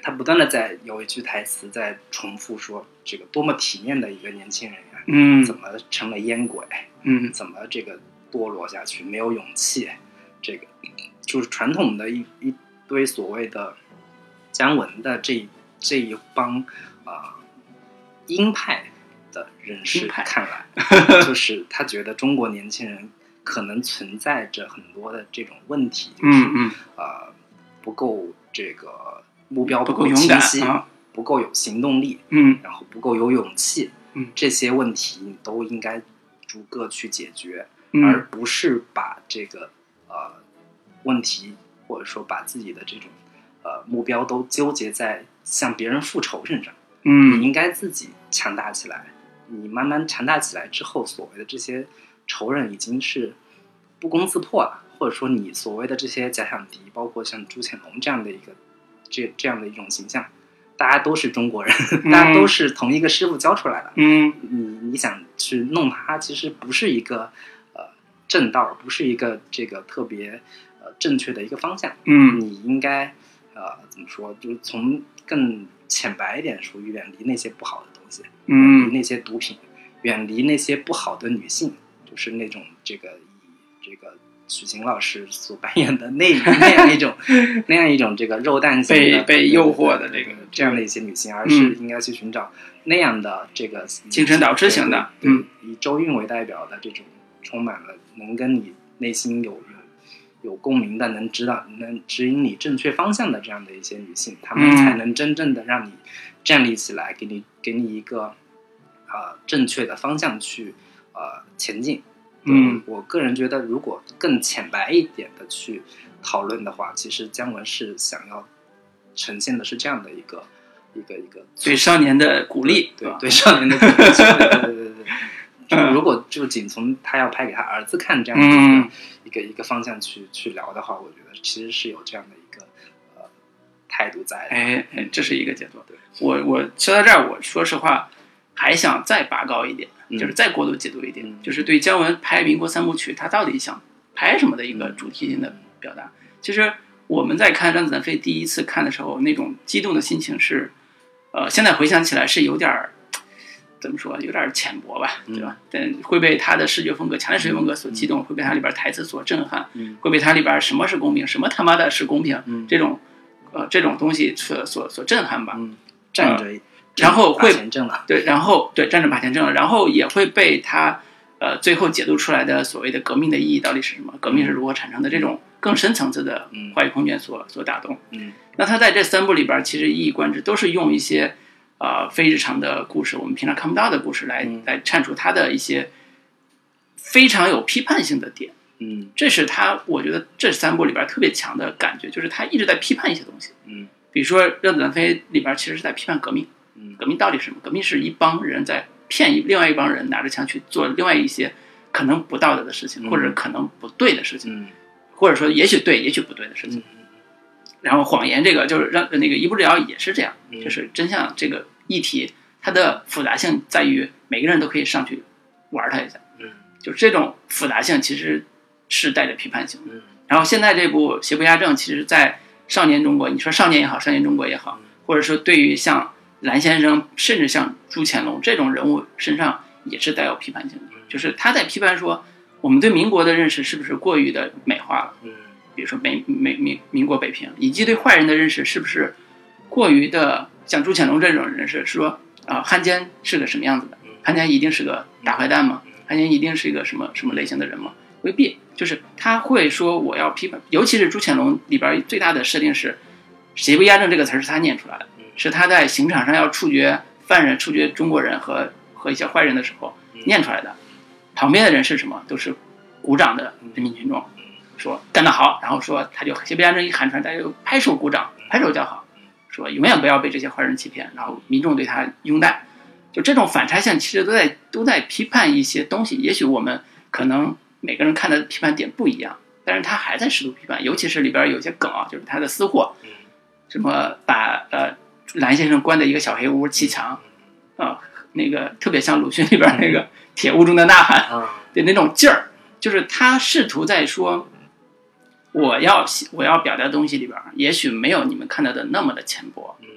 他不断的在有一句台词在重复说，这个多么体面的一个年轻人呀、啊， 嗯， 怎么成了烟鬼？ 嗯， 怎么这个堕落下去，没有勇气？这个就是传统的一一堆所谓的姜文的这这一帮啊、呃、鹰派的人士看来，就是他觉得中国年轻人可能存在着很多的这种问题，就是嗯嗯呃不够这个目标不够勇敢清晰， 啊， 不够有行动力， 嗯， 然后不够有勇气， 嗯， 这些问题你都应该逐个去解决， 嗯、 而不是把这个呃问题或者说把自己的这种呃目标都纠结在向别人复仇身上。 嗯， 你应该自己强大起来。你慢慢强大起来之后，所谓的这些仇人已经是不攻自破了，或者说你所谓的这些假想敌，包括像朱潜龙这样的一个这这样的一种形象，大家都是中国人， 嗯、 大家都是同一个师傅教出来的。 嗯， 你你想去弄他，其实不是一个呃正道，不是一个这个特别呃正确的一个方向。 嗯， 你应该呃怎么说，就是从更浅白一点，属于远离那些不好的东西， 嗯， 远离那些毒品，远离那些不好的女性，就是那种这个以这个许晴老师所扮演的那那样一种那样一种这个肉蛋型的被被诱惑的这个这样的一些女性，而是应该去寻找那样的这个精神导师型的， 嗯，以周韵为代表的这种充满了能跟你内心有有有共鸣的，能指导能指引你正确方向的这样的一些女性，她们才能真正的让你站立起来，给你给你一个呃正确的方向去呃前进。 嗯， 我个人觉得，如果更浅白一点的去讨论的话，其实姜文是想要呈现的是这样的一个一个一个对少年的鼓励， 对对少年的鼓励，对对对对对。就如果就仅从他要拍给他儿子看这样的一个、嗯、一个一个方向去去聊的话，我觉得其实是有这样的一个呃态度在的。 哎哎，这是一个解读。对，我我说到这儿，我说实话还想再拔高一点。就是再过度解读一点、嗯、就是对姜文拍民国三部曲他到底想拍什么的一个主题性的表达、嗯、其实我们在看让子弹飞第一次看的时候，那种激动的心情是呃，现在回想起来是有点怎么说，有点浅薄吧，对吧？但会被他的视觉风格强烈视觉风格所激动、嗯、会被他里边台词所震撼、嗯、会被他里边什么是公平，什么他妈的是公平、嗯、这种呃这种东西所所所震撼吧、 嗯、站着、呃然后会了对，然后对战争把钱挣了，然后也会被他呃最后解读出来的所谓的革命的意义到底是什么，革命是如何产生的，这种更深层次的话语空间所所打动。 嗯， 那他在这三部里边其实一以贯之都是用一些呃非日常的故事，我们平常看不到的故事来、嗯、来阐述他的一些非常有批判性的点。 嗯， 这是他我觉得这三部里边特别强的感觉，就是他一直在批判一些东西。 嗯， 比如说《让子弹飞》里边其实是在批判革命。革命到底是什么？革命是一帮人在骗一另外一帮人拿着枪去做另外一些可能不道德的事情、嗯、或者可能不对的事情、 嗯、 或者说也许对也许不对的事情、 嗯、 然后谎言这个就是让那个一步之遥也是这样、 嗯、 就是真相这个议题它的复杂性在于每个人都可以上去玩它一下、 嗯、 就是这种复杂性其实是带着批判性的、 嗯、 然后现在这部邪不压正其实在少年中国，你说少年也好少年中国也好、 嗯、 或者说对于像蓝先生甚至像朱潜龙这种人物身上也是带有批判性的，就是他在批判说我们对民国的认识是不是过于的美化了，比如说美美民民国北平，以及对坏人的认识是不是过于的像朱潜龙这种人士说啊、呃，汉奸是个什么样子的，汉奸一定是个大坏蛋吗？汉奸一定是一个什么什么类型的人吗？未必，就是他会说我要批判，尤其是朱潜龙里边最大的设定是邪不压正这个词是他念出来的，是他在刑场上要处决犯人、处决中国人和和一些坏人的时候念出来的。旁边的人是什么？都是鼓掌的人民群众，说干得好，然后说他就邪不压正一喊出来，大家就拍手鼓掌，拍手叫好，说永远不要被这些坏人欺骗，然后民众对他拥戴。就这种反差性，其实都在都在批判一些东西。也许我们可能每个人看的批判点不一样，但是他还在试图批判，尤其是里边有些梗啊，就是他的私货，什么把呃。蓝先生关在一个小黑屋砌墙啊，那个特别像鲁迅里边那个铁屋中的呐喊的那种劲儿，就是他试图在说我要我要表达的东西里边也许没有你们看到的那么的浅薄，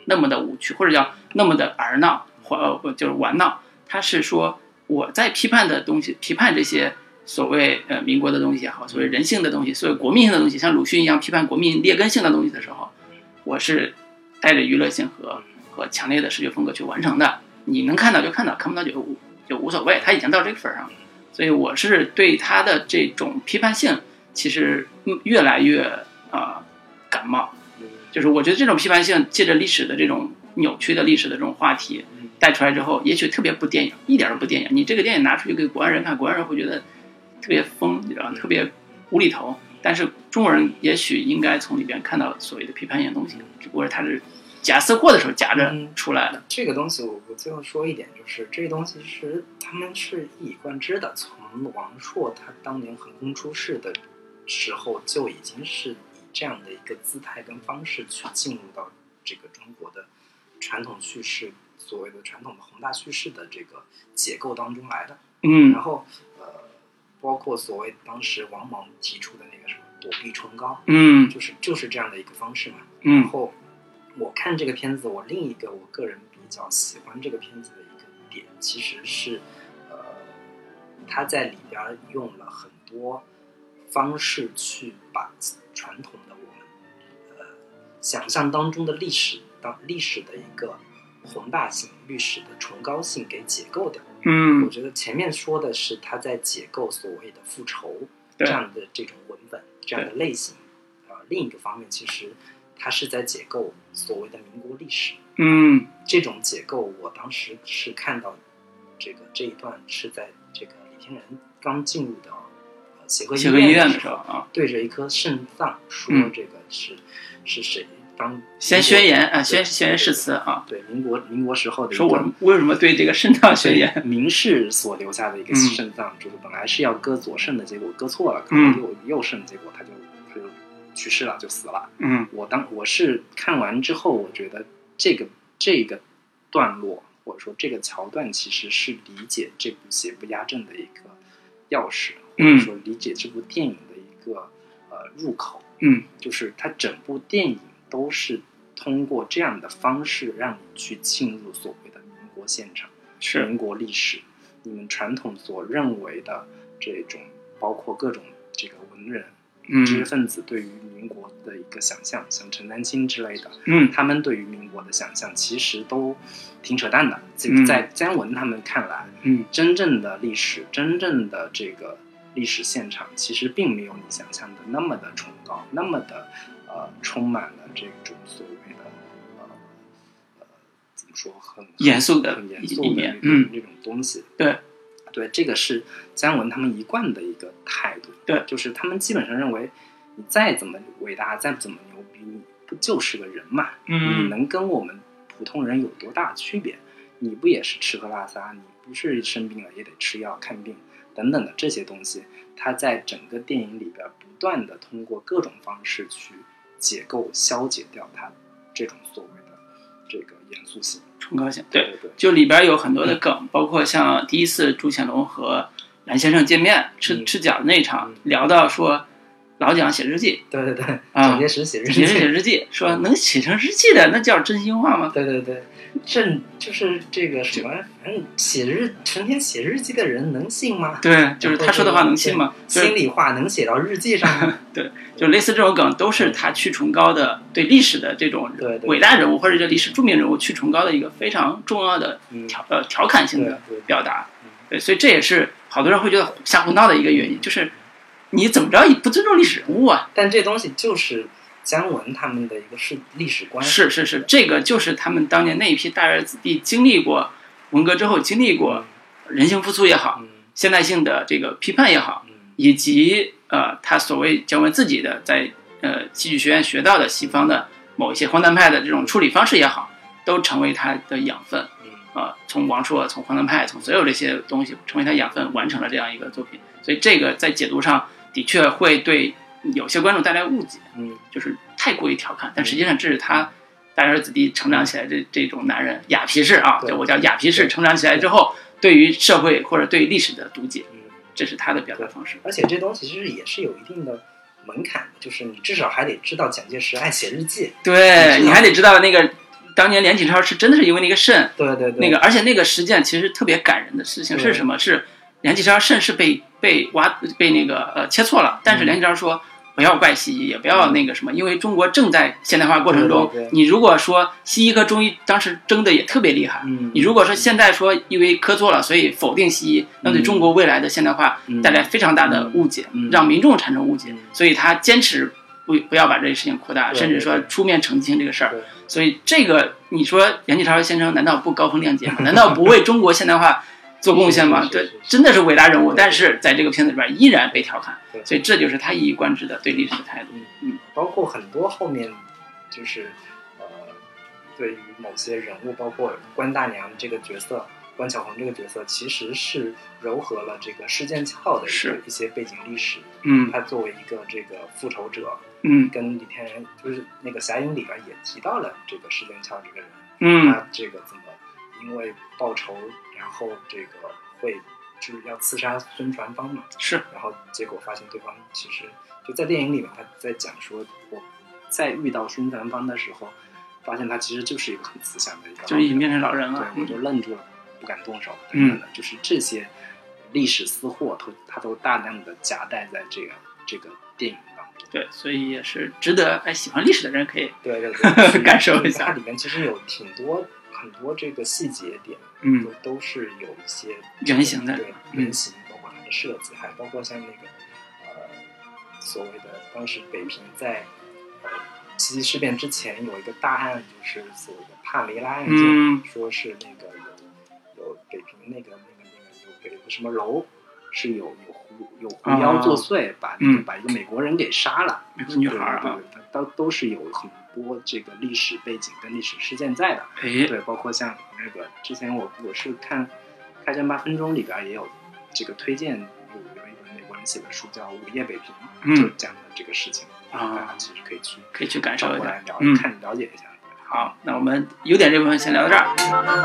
那么的无趣，或者叫那么的儿闹，或呃就是玩闹。他是说我在批判的东西，批判这些所谓呃民国的东西也好，所谓人性的东西，所谓国民性的东西，像鲁迅一样批判国民劣根性的东西的时候，我是带着娱乐性和和强烈的视觉风格去完成的。你能看到就看到，看不到就无就无所谓，他已经到这个份上了。所以我是对他的这种批判性其实越来越啊、呃、感冒，就是我觉得这种批判性借着历史的这种扭曲的历史的这种话题带出来之后，也许特别不电影，一点都不电影。你这个电影拿出去给国外人看，国外人会觉得特别疯，你知道，特别无厘头。但是中国人也许应该从里边看到所谓的批判性的东西，只不过他是夹私货的时候夹着出来的。 嗯、这个东西我我最后说一点，就是这个东西是他们是一以贯之的，从王朔他当年横空出世的时候就已经是以这样的一个姿态跟方式去进入到这个中国的传统叙事，所谓的传统的宏大叙事的这个结构当中来的。 嗯， 然后呃，包括所谓当时王莽提出的那个什么躲避崇高， 嗯， 就是就是这样的一个方式嘛。 嗯， 然后我看这个片子，我另一个我个人比较喜欢这个片子的一个点，其实是呃，他在里边用了很多方式去把传统的我们呃想象当中的历史当历史的一个宏大性、历史的崇高性给解构掉。 嗯， 我觉得前面说的是他在解构所谓的复仇这样的这种文本、这样的类型，呃，另一个方面其实他是在解构所谓的民国历史。 嗯， 这种解构，我当时是看到这个这一段是在这个李天然刚进入到呃协和协和医院的时候啊， 对着一颗肾脏说这个是、嗯、是谁当先宣言啊，先宣言誓词啊， 对民国民国时候的一个说我为什么对这个肾脏宣言， 明士所留下的一个肾脏，嗯、就是本来是要割左肾的，结果割错了，可能右、嗯、右肾，结果他就他就去世了，就死了。 嗯， 我当我是看完之后，我觉得这个这个段落或者说这个桥段其实是理解这部邪不压正的一个钥匙，或者说理解这部电影的一个呃入口。 嗯， 就是它整部电影都是通过这样的方式让你去进入所谓的民国现场， 是民国历史，你们传统所认为的这种，包括各种这个文人、知识分子对于民国的一个想象，像陈丹青之类的， 嗯， 他们对于民国的想象其实都挺扯淡的。在姜文他们看来， 嗯， 真正的历史，真正的这个历史现场，其实并没有你想象的那么的崇高，那么的呃充满了这种所谓的呃呃怎么说很严肃的很严肃的那种、 嗯、 这种东西。 对对，这个是姜文他们一贯的一个态度。 对， 就是他们基本上认为，你再怎么伟大，再怎么牛逼，你不就是个人嘛？ 嗯， 你能跟我们普通人有多大区别？你不也是吃喝拉撒？你不是生病了也得吃药看病等等的这些东西，他在整个电影里边不断的通过各种方式去解构、消解掉他这种所谓的这个严肃性、 崇高性。对对对， 就里边有很多的梗，嗯、包括像第一次朱潜龙和蓝先生见面吃、嗯、吃饺子那一场，嗯、聊到说老蒋写日记， 对对对， 啊， 蒋介石写日记， 蒋介石写日记，说能写成日记的那叫真心话吗？ 对对对。这就是这个什么，反正写日成天写日记的人能信吗？ 对，就是他说的话能信吗？ 心里话能写到日记上吗？ 对，就类似这种梗，都是他去崇高的对历史的这种伟大人物或者这历史著名人物去崇高的一个非常重要的调呃调侃性的表达。对，所以这也是好多人会觉得瞎胡闹的一个原因，就是你怎么着也不尊重历史人物啊？ 但这东西就是姜文他们的一个是历史观， 是是是，这个就是他们当年那一批大儿子弟经历过文革之后经历过人性复苏也好， 嗯、 现代性的这个批判也好， 嗯、 以及呃他所谓姜文自己的在呃戏剧学院学到的西方的某一些荒诞派的这种处理方式也好，都成为他的养分。呃，从王朔、从荒诞派、从所有这些东西成为他养分，完成了这样一个作品。所以这个在解读上的确会对有些观众带来误解， 嗯， 就是太过于调侃，但实际上这是他大儿子弟成长起来这这种男人雅皮式啊，就我叫雅皮式成长起来之后，对于社会或者对历史的读解， 嗯， 这是他的表达方式。 而且这东西其实也是有一定的门槛的，就是你至少还得知道蒋介石爱写日记， 对，你还得知道那个当年梁启超是真的是因为那个肾， 对对对， 那个而且那个实际上其实特别感人的事情是什么？是梁启超肾是被被挖被那个呃切错了，但是梁启超说。不要怪西医，也不要那个什么，因为中国正在现代化过程中。 对对对， 你如果说西医和中医当时争的也特别厉害， 嗯， 你如果说现在说因为磕错了，所以否定西医，那对中国未来的现代化带来非常大的误解， 嗯、 让民众产生误解。 嗯、 所以他坚持不不要把这个事情扩大， 对对对， 甚至说出面澄清这个事儿。所以这个你说梁启超先生难道不高风亮节吗？难道不为中国现代化做贡献吗？这真的是伟大人物，但是在这个片子里边依然被调侃，所以这就是他一以贯之的对历史的态度。 嗯，包括很多后面就是呃，对于某些人物，包括关大娘这个角色，关巧红这个角色，其实是糅合了这个施剑翘的一一些背景历史。 嗯， 他作为一个这个复仇者， 嗯， 跟李天然就是那个侠影里边也提到了这个施剑翘这个人， 嗯， 他这个怎么因为报仇，然后这个会就是要刺杀孙传芳嘛， 是， 然后结果发现对方其实就在电影里面他在讲说，我在遇到孙传芳的时候，发现他其实就是一个很慈祥的一个， 就已经变成老人了， 对，我就愣住了，不敢动手等等的，就是这些历史私货，都他都大量的夹带在这个这个电影当中。 对，所以也是值得哎喜欢历史的人可以对对对感受一下。 它里面其实有挺多很多这个细节点， 嗯， 都都是有一些原型的， 对原型，包括它的设计，还包括像那个呃所谓的当时北平在呃七七事变之前有一个大案，就是所谓的帕梅拉案件， 嗯、 说是那个有有北平那个那个那个有有个什么楼是有有狐有狐妖作祟，啊、把、 嗯、 把一个美国人给杀了， 美国女孩啊， 对对对，都都是有很多这个历史背景跟历史事件在的。 哎， 对，包括像那个之前我我是看《开战八分钟》里边也有这个推荐，有有一本美国人写的书叫《午夜北平》， 嗯， 就讲的这个事情啊， 大家其实可以去可以去感受一下， 来聊、 嗯、 看了解一下。 好，那我们优点这部分先聊到这儿，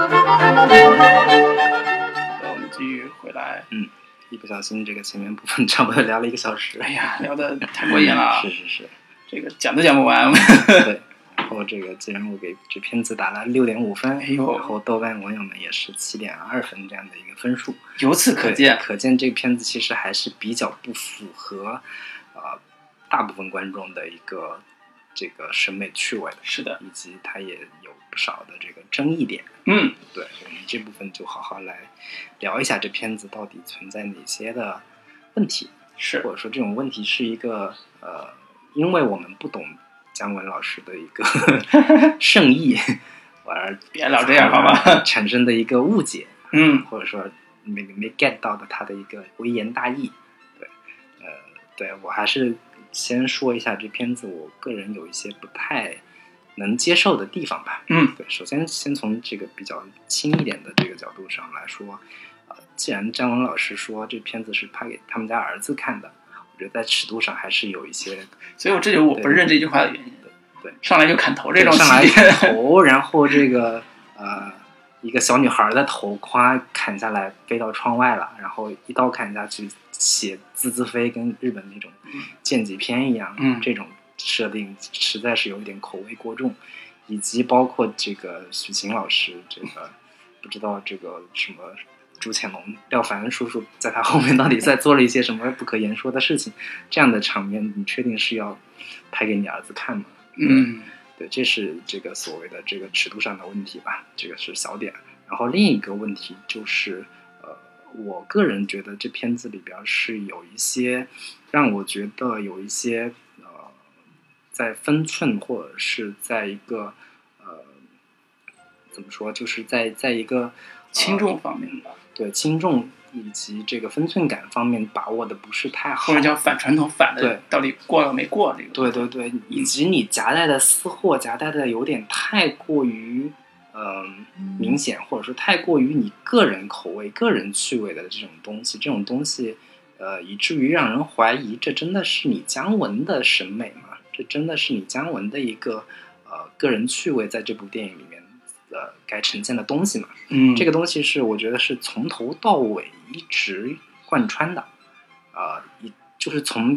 那我们继续回来。 嗯，一不小心这个前面部分差不多聊了一个小时， 哎呀，聊得太过瘾了， 是是是， 这个讲都讲不完。 对，然后这个既然我给这片子打了六点五分， 哎呦， 然后豆瓣网友们也是七点二分这样的一个分数， 由此可见， 可见这个片子其实还是比较不符合呃大部分观众的一个这个审美趣味的， 是的， 以及它也有不少的这个争议点。 嗯， 对，我们这部分就好好来聊一下这片子到底存在哪些的问题， 是或者说这种问题是一个呃，因为我们不懂姜文老师的一个圣意，而别老这样好吧， 产生的一个误解， 嗯， 或者说没没 get 到的他的一个微言大义。对，呃，对我还是先说一下这片子，我个人有一些不太能接受的地方吧。 嗯， 对，首先先从这个比较轻一点的这个角度上来说，呃，既然姜文老师说这片子是拍给他们家儿子看的，我觉得在尺度上还是有一些， 所以我这就是我不认这句话的原因。 对， 上来就砍头这种， 上来砍头，然后这个呃一个小女孩的头夸砍下来飞到窗外了，然后一刀砍下去，血滋滋飞，跟日本那种剑戟片一样， 嗯， 这种设定实在是有一点口味过重，以及包括这个许晴老师，这个不知道这个什么朱潜龙、廖凡叔叔在他后面到底在做了一些什么不可言说的事情，这样的场面，你确定是要拍给你儿子看吗？ 嗯， 对，这是这个所谓的这个尺度上的问题吧，这个是小点。然后另一个问题就是，呃，我个人觉得这片子里边是有一些让我觉得有一些呃，在分寸或者是在一个呃，怎么说，就是在在一个、呃、 轻重方面吧， 对轻重以及这个分寸感方面把握的不是太好， 或者叫反传统反的， 对， 到底过了没过这个？ 对对对，以及你夹带的私货夹带的有点太过于呃明显，或者说太过于你个人口味、个人趣味的这种东西，这种东西呃，以至于让人怀疑，这真的是你姜文的审美吗？这真的是你姜文的一个呃个人趣味在这部电影里面呃该呈现的东西吗？ 嗯， 这个东西是我觉得是从头到尾一直贯穿的，呃，一就是从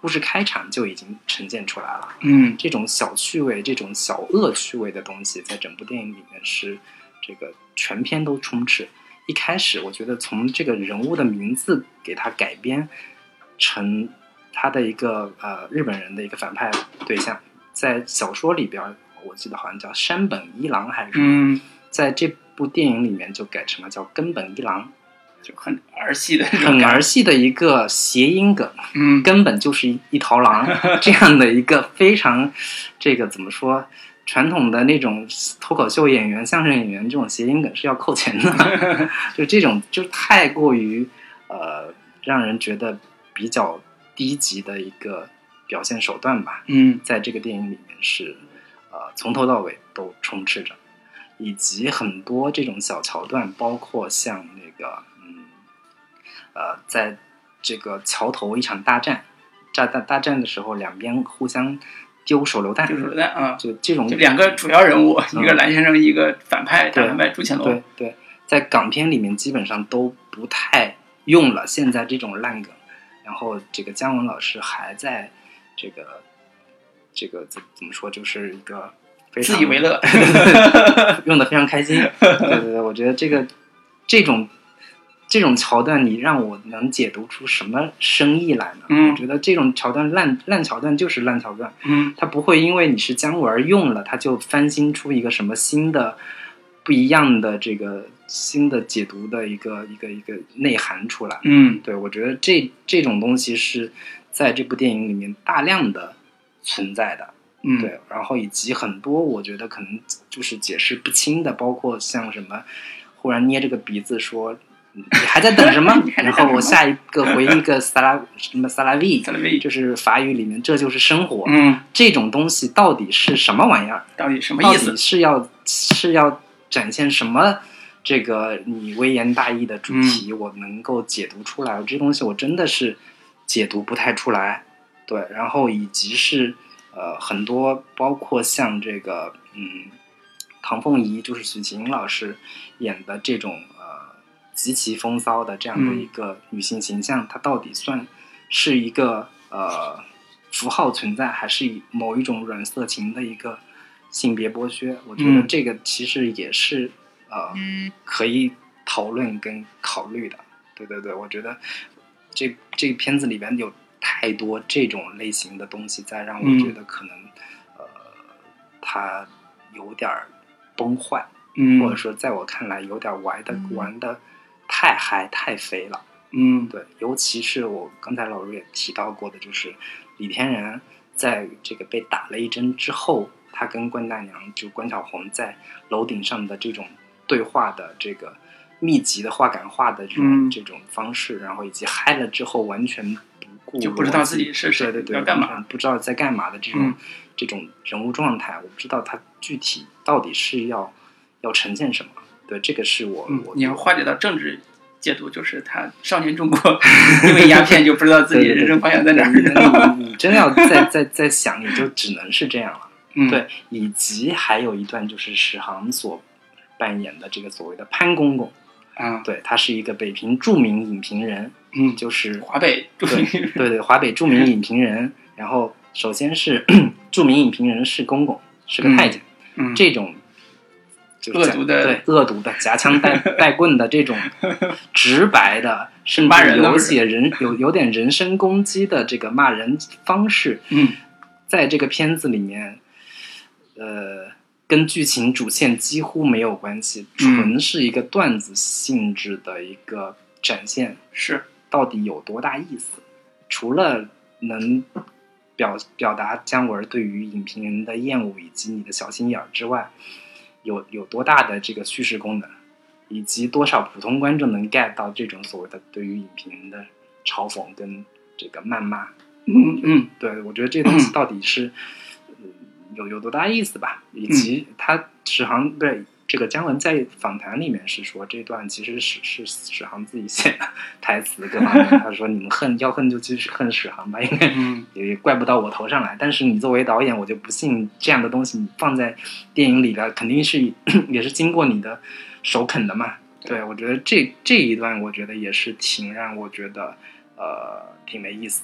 故事开场就已经呈现出来了。 嗯， 这种小趣味、这种小恶趣味的东西，在整部电影里面是这个全篇都充斥。一开始，我觉得从这个人物的名字给他改编成他的一个呃日本人的一个反派对象，在小说里边，我记得好像叫山本一郎还是什么， 嗯， 在这部电影里面就改成了叫根本一郎。 就很儿戏的， 很儿戏的一个谐音梗， 嗯， 根本就是一一头狼这样的一个非常这个怎么说，传统的那种脱口秀演员、相声演员这种谐音梗是要扣钱的，就这种就太过于呃让人觉得比较低级的一个表现手段吧。 嗯， 在这个电影里面是呃从头到尾都充斥着，以及很多这种小桥段，包括像那个。呃，在这个桥头一场大战，炸大大战的时候，两边互相丢手榴弹， 丢手榴弹啊， 就这种就两个主要人物， 嗯、 一个蓝先生，一个反派大反派朱乾隆。 对对，在港片里面基本上都不太用了现在这种烂梗，然后这个姜文老师还在这个这个怎怎么说，就是一个非常自以为乐， 用的非常开心。对对对，我觉得这个这种。这种桥段你让我能解读出什么深意来呢？ 嗯， 我觉得这种桥段烂烂桥段就是烂桥段， 嗯， 它不会因为你是姜文用了，它就翻新出一个什么新的、不一样的这个新的解读的一个一个一个内涵出来。 嗯， 对，我觉得这这种东西是在这部电影里面大量的存在的。 嗯， 对，然后以及很多我觉得可能就是解释不清的，包括像什么忽然捏着个鼻子说。你还在等什么？然后我下一个回一个萨拉什么萨拉维，就是法语里面这就是生活。 嗯， 这种东西到底是什么玩意儿？ 到底什么意思？ 到底是要是要展现什么？这个你微言大义的主题，我能够解读出来。嗯、这东西我真的是解读不太出来。对，然后以及是呃很多，包括像这个嗯唐凤仪，就是许晴老师演的这种。极其风骚的这样的一个女性形象，嗯、它到底算是一个呃符号存在，还是某一种软色情的一个性别剥削？我觉得这个其实也是呃可以讨论跟考虑的。对对对，我觉得这这个片子里边有太多这种类型的东西在，让我觉得可能、嗯、呃它有点崩坏， 嗯， 或者说在我看来有点玩的、嗯、玩的。太嗨太肥了， 嗯， 对，尤其是我刚才老师也提到过的，就是李天然在这个被打了一针之后，他跟关大娘就关晓红在楼顶上的这种对话的这个密集的话感化的这种、嗯、这种方式，然后以及嗨了之后完全不顾就不知道自己是谁， 对对对， 要干嘛， 不知道在干嘛的这种、嗯、这种人物状态，我不知道他具体到底是要要呈现什么。对，这个是我， 嗯、 我你要化解到政治解读，就是他少年中国因为鸦片就不知道自己人生方向在哪儿。 对对对你, 你真要再再再想，你就只能是这样了。 嗯， 对，以及还有一段就是史航所扮演的这个所谓的潘公公啊， 对，他是一个北平著名影评人， 嗯， 就是华北著名对对对华北著名影评人。然后首先是著名影评人是公公，是个太监， 嗯，嗯这种。 恶毒的对恶毒的夹枪带带棍的这种直白的，甚至有些人有有点人身攻击的这个骂人方式， 嗯， 在这个片子里面，呃，跟剧情主线几乎没有关系，纯是一个段子性质的一个展现。 是， 到底有多大意思？除了能表表达姜文对于影评人的厌恶以及你的小心眼之外。有有多大的这个叙事功能，以及多少普通观众能 get 到这种所谓的对于影评人的嘲讽跟这个谩骂？ 嗯嗯， 对，我觉得这东西到底是、嗯、有有多大意思吧？以及他史航对这个姜文在访谈里面是说，这段其实是是史航自己写的台词各方面。他说：“你们恨要恨就去恨史航吧，应该也怪不到我头上来。但是你作为导演，我就不信这样的东西你放在电影里边，肯定是也是经过你的手啃的嘛。”对，我觉得这这一段，我觉得也是挺让我觉得呃挺没意思的。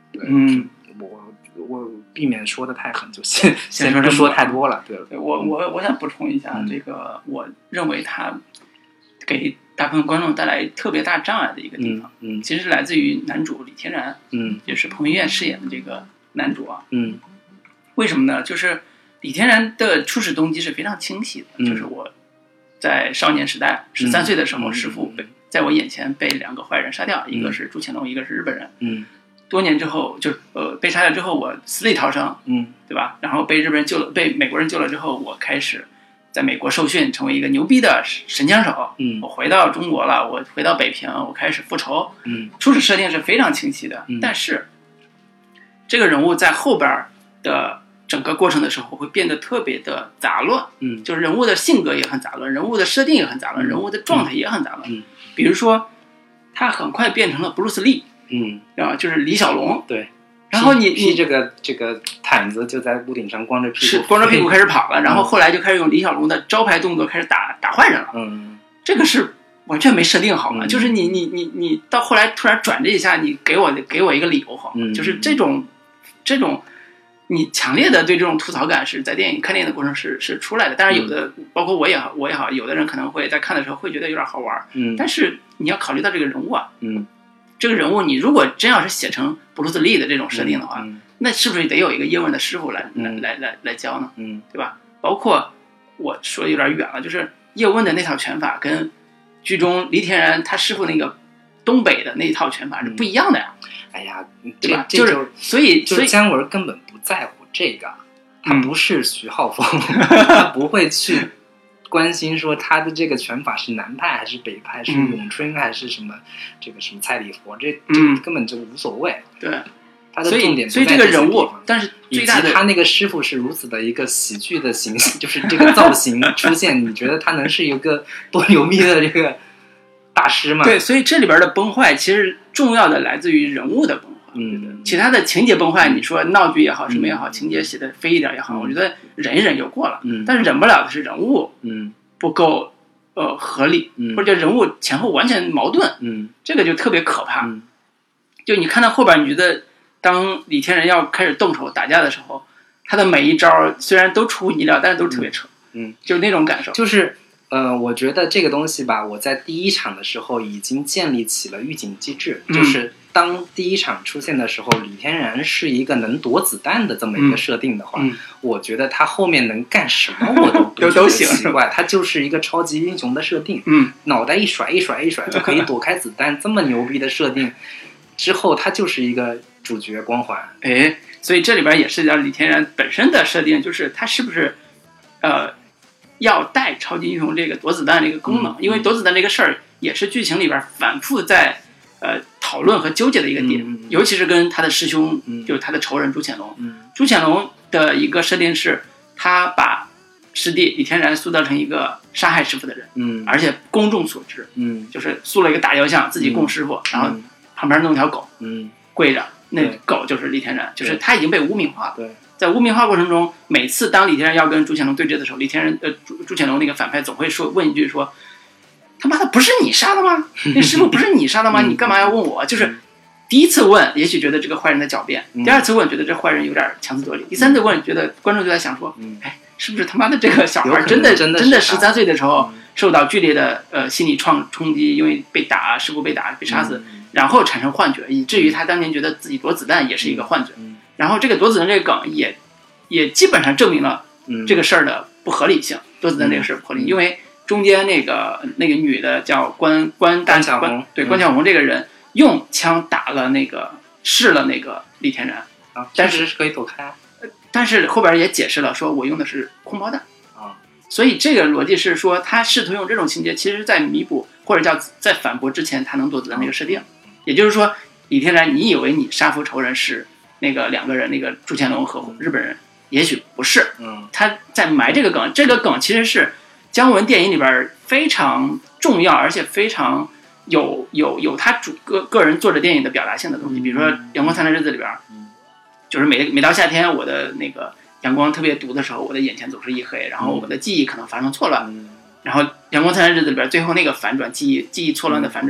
对， 嗯， 我我避免说的太狠，就先先不说太多了。对， 对我我我想补充一下， 嗯、 这个我认为他给大部分观众带来特别大障碍的一个地方， 嗯，嗯其实是来自于男主李天然， 嗯， 就是彭于晏饰演的这个男主啊， 嗯， 为什么呢？就是李天然的初始动机是非常清晰的， 嗯、 就是我在少年时代十三岁的时候， 嗯、 师傅被在我眼前被两个坏人杀掉，嗯、一个是朱潜龙，一个是日本人。 嗯， 多年之后，就呃被杀掉之后，我死里逃生， 嗯， 对吧？然后被日本人救了，被美国人救了之后，我开始在美国受训，成为一个牛逼的神枪手。 嗯， 我回到中国了，我回到北平，我开始复仇。 嗯， 初始设定是非常清晰的， 嗯、 但是这个人物在后边的整个过程的时候会变得特别的杂乱。 嗯， 就是人物的性格也很杂乱，人物的设定也很杂乱， 嗯、 人物的状态也很杂乱。 嗯， 比如说，他很快变成了布鲁斯利。 嗯， 啊，就是李小龙。 对。 然后你你这个这个毯子就在屋顶上光着屁股， 是光着屁股开始跑了，然后后来就开始用李小龙的招牌动作开始打打坏人了。 嗯， 这个是完全没设定好嘛？ 嗯、 就是你你你你到后来突然转这一下，你给我给我一个理由好吗？ 嗯、 就是这种这种你强烈的对这种吐槽感是在电影看电影的过程是是出来的。当然有的、嗯、包括我也好我也好，有的人可能会在看的时候会觉得有点好玩。 嗯， 但是你要考虑到这个人物啊。 嗯。 这个人物，你如果真要是写成布鲁斯利的这种设定的话， 嗯嗯、 那是不是得有一个叶问的师傅来、 嗯、 来来来来教呢？ 嗯， 对吧？包括我说的有点远了，就是叶问的那套拳法跟剧中黎天然他师傅那个东北的那套拳法是不一样的呀。 嗯、哎呀， 对吧？ 这就就是所以， 所以姜文根本不在乎这个，他不是徐浩峰， 嗯、 他不会去关心说他的这个拳法是南派还是北派，是咏春还是什么、嗯、这个什么蔡礼佛，这这根本就无所谓。 对， 他的重点所以所以这个人物，但是最大的以及他那个师傅是如此的一个喜剧的形象，就是这个造型出现，你觉得他能是一个多牛逼的这个大师吗？ 对，所以这里边的崩坏其实重要的来自于人物的崩坏。 嗯， 其他的情节崩坏，你说闹剧也好，什么也好，情节写的飞一点也好， 嗯、 我觉得忍一忍就过了。 嗯， 但是忍不了的是人物， 嗯， 不够呃合理， 嗯， 或者人物前后完全矛盾， 嗯， 这个就特别可怕。 嗯， 就你看到后边，你觉得当李天然要开始动手打架的时候，他的每一招虽然都出乎意料，但是都是特别扯。 嗯， 就是那种感受， 就是。呃，我觉得这个东西吧，我在第一场的时候已经建立起了预警机制， 嗯、 就是当第一场出现的时候，李天然是一个能躲子弹的这么一个设定的话， 嗯、 我觉得他后面能干什么我都不觉得奇怪，他就是一个超级英雄的设定， 嗯， 脑袋一甩一甩一甩就可以躲开子弹，这么牛逼的设定之后，他就是一个主角光环。 哎，所以这里边也涉及到李天然本身的设定，就是他是不是呃。要带超级英雄这个躲子弹这个功能， 嗯、 因为躲子弹这个事儿也是剧情里边反复在呃讨论和纠结的一个点， 嗯、 尤其是跟他的师兄， 嗯、 就是他的仇人朱潜龙。 嗯、 朱潜龙的一个设定是，他把师弟李天然塑造成一个杀害师傅的人， 嗯， 而且公众所知， 嗯， 就是塑了一个大雕像，自己供师傅， 嗯、 然后旁边弄条狗， 嗯， 跪着，那狗就是李天然，就是他已经被污名化了。 对。 在污名化过程中，每次当李天然要跟朱潜龙对峙的时候，李天然呃朱朱潜龙那个反派总会说问一句说：“他妈的不是你杀的吗？那师傅不是你杀的吗？你干嘛要问我？”就是第一次问，也许觉得这个坏人在狡辩；第二次问，觉得这坏人有点强词夺理；第三次问，觉得观众就在想说：“哎，是不是他妈的这个小孩真的真的真的十三岁的时候受到剧烈的呃心理创冲击，因为被打师傅被打被杀死，然后产生幻觉，以至于他当年觉得自己躲子弹也是一个幻觉。”然后这个躲子弹这个梗也也基本上证明了这个事儿的不合理性，躲子弹这个事儿不合理，因为中间那个那个女的叫关关大小红， 对关小红这个人用枪打了那个试了那个李天然， 啊，但是可以躲开， 但是后边也解释了，说我用的是空包弹啊， 所以这个逻辑是说他试图用这种情节，其实在弥补或者叫在反驳之前他能躲子弹那个设定，也就是说李天然，你以为你杀父仇人是那个两个人，那个朱潜龙和日本人，也许不是。 嗯， 他在埋这个梗，这个梗其实是姜文电影里边非常重要，而且非常有有有他主个个人做着电影的表达性的东西。比如说《阳光灿烂日子》里边，就是每每到夏天，我的那个阳光特别毒的时候，我的眼前总是一黑，然后我的记忆可能发生错乱。然后《阳光灿烂日子》里边最后那个反转，记忆记忆错乱的反转。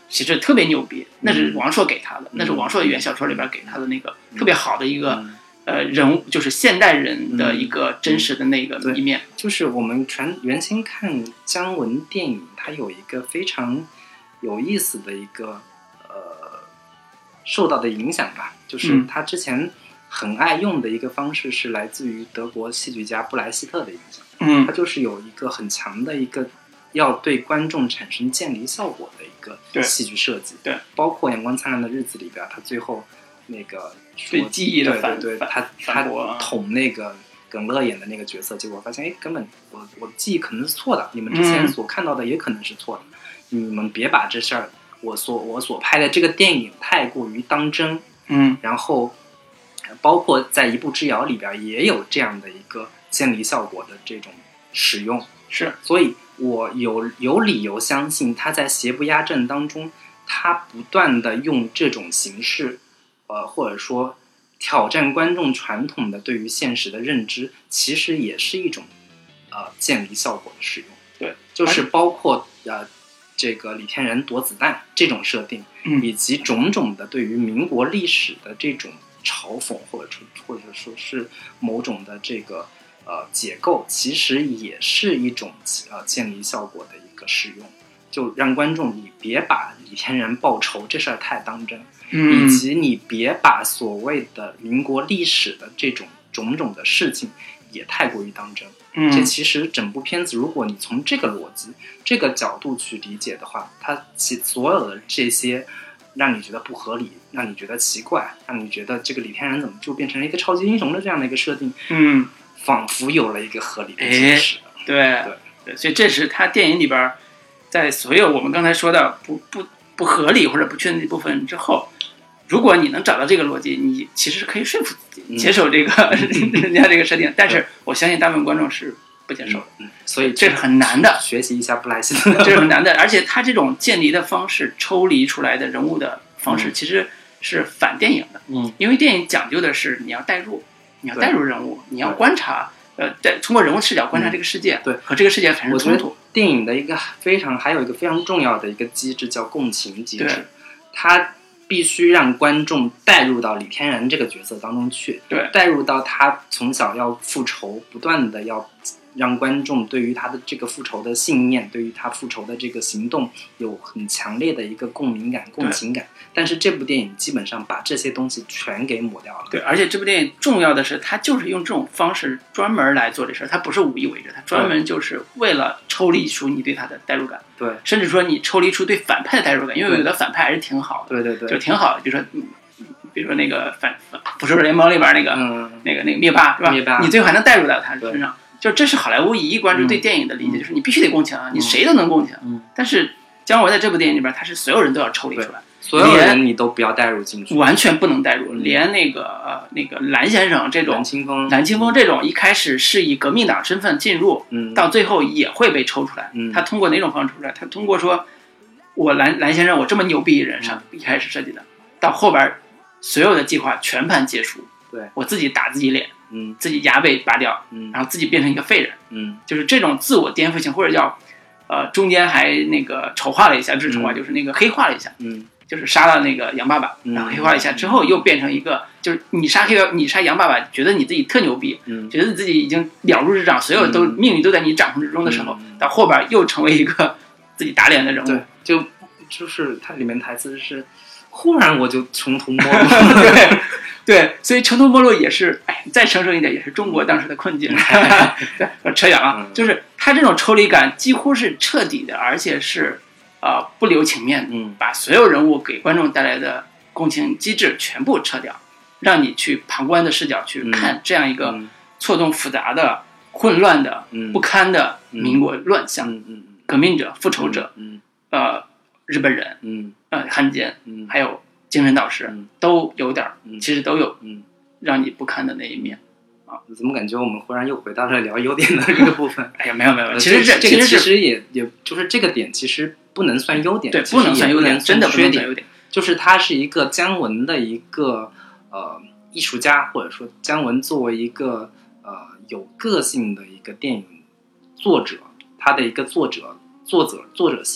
其实特别牛逼，那是王朔给他的，嗯、那是王朔原小说里边给他的那个、嗯、特别好的一个、嗯、呃人物，就是现代人的一个真实的那个一面。 嗯、就是我们传原先看姜文电影，它有一个非常有意思的一个呃受到的影响吧，就是他之前很爱用的一个方式是来自于德国戏剧家布莱希特的影响。 嗯， 他就是有一个很强的一个要对观众产生渐离效果的一个戏剧设计。 对， 包括《阳光灿烂的日子》里边，他最后那个对记忆的反对对对，他他捅那个耿乐演的那个角色，结果发现哎，根本我我记忆可能是错的，你们之前所看到的也可能是错的，嗯、你们别把这事儿我所我所拍的这个电影太过于当真。 嗯， 然后包括在《一步之遥》里边也有这样的一个渐离效果的这种使用。 是， 所以我有有理由相信他在《邪不压正》当中，他不断的用这种形式，呃，或者说挑战观众传统的对于现实的认知，其实也是一种呃渐离效果的使用。 对， 就是包括呃这个李天然躲子弹这种设定， 嗯， 以及种种的对于民国历史的这种嘲讽，或者说或者说是某种的这个。呃，解构其实也是一种呃渐离效果的一个使用，就让观众你别把李天然报仇这事儿太当真， 嗯， 以及你别把所谓的民国历史的这种种种的事情也太过于当真。 嗯， 这其实整部片子，如果你从这个逻辑、这个角度去理解的话，它其所有的这些让你觉得不合理、让你觉得奇怪、让你觉得这个李天然怎么就变成了一个超级英雄的这样的一个设定， 嗯。 仿佛有了一个合理的解释。 对对对，所以这是他电影里边，在所有我们刚才说的不不不合理或者不确定的部分之后，如果你能找到这个逻辑，你其实是可以说服自己接受这个、嗯、人家这个设定。但是我相信大部分观众是不接受的， 嗯、所以这是很难的。 学习一下布莱希特， 这是很难的。而且他这种渐离的方式、抽离出来的人物的方式，其实是反电影的。 嗯， 因为电影讲究的是你要代入。你要带入人物，你要观察，呃，在通过人物视角观察这个世界， 嗯、对， 和这个世界产生冲突。 电影的一个非常还有一个非常重要的一个机制叫共情机制，它必须让观众带入到李天然这个角色当中去， 对， 带入到他从小要复仇，不断的要让观众对于他的这个复仇的信念，对于他复仇的这个行动有很强烈的一个共鸣感、共情感。但是这部电影基本上把这些东西全给抹掉了。 对，而且这部电影重要的是，它就是用这种方式专门来做这事儿，它不是无意为之，它专门就是为了抽离出你对他的代入感。 对， 甚至说你抽离出对反派的代入感，因为有的反派还是挺好的。 对对对， 就挺好的。比如说，比如说那个反复仇者联盟里边那个、 嗯、 那个那个灭霸是吧？ 灭霸， 你最后还能代入到他身上。就这是好莱坞一亿观众对电影的理解，嗯、就是你必须得共情啊，你谁都能共情。 嗯、 但是姜文在这部电影里边，他是所有人都要抽离出来。 所有人你都不要带入进去， 完全不能带入，嗯、连那个呃那个蓝先生这种蓝清风， 蓝清风这种一开始是以革命党身份进入， 嗯、 到最后也会被抽出来。 嗯、 他通过哪种方式抽出来？他通过说，我蓝蓝先生我这么牛逼人上、嗯、一开始设计的，到后边所有的计划全盘皆输， 对我自己打自己脸， 嗯， 自己牙被拔掉， 嗯， 然后自己变成一个废人， 嗯， 就是这种自我颠覆性，或者叫呃中间还那个丑化了一下，不是丑化， 嗯、 就是那个黑化了一下， 嗯。 就是杀了那个杨爸爸，然后黑化一下之后，又变成一个，就是你杀黑，你杀杨爸爸，觉得你自己特牛逼， 嗯， 觉得你自己已经了如指掌，所有都命运都在你掌控之中的时候， 嗯、 到后边又成为一个自己打脸的人物。 对，就就是它里面台词是，忽然我就穷途末路。 对对，所以穷途末路也是，哎，再成熟一点，也是中国当时的困境。对，扯远了， 嗯、 就是他这种抽离感几乎是彻底的，而且是。呃，不留情面， 嗯， 把所有人物给观众带来的共情机制全部撤掉，让你去旁观的视角去看这样一个错综复杂的、混乱的、 嗯、 不堪的民国乱象， 嗯嗯、 革命者、复仇者， 嗯、 呃，日本人， 嗯、 呃，汉奸， 嗯、 还有精神导师， 嗯、 都有点， 嗯、 其实都有， 嗯， 让你不堪的那一面。 啊，怎么感觉我们忽然又回到了聊优点的这个部分？ 哎呀，没有没有，其实这这个其实也也就是这个点，其实不能算优点， 对，不能算优点，真的不能算优点。 就是它是一个姜文的一个呃艺术家，或者说姜文作为一个呃有个性的一个电影作者，他的一个作者作者作者性，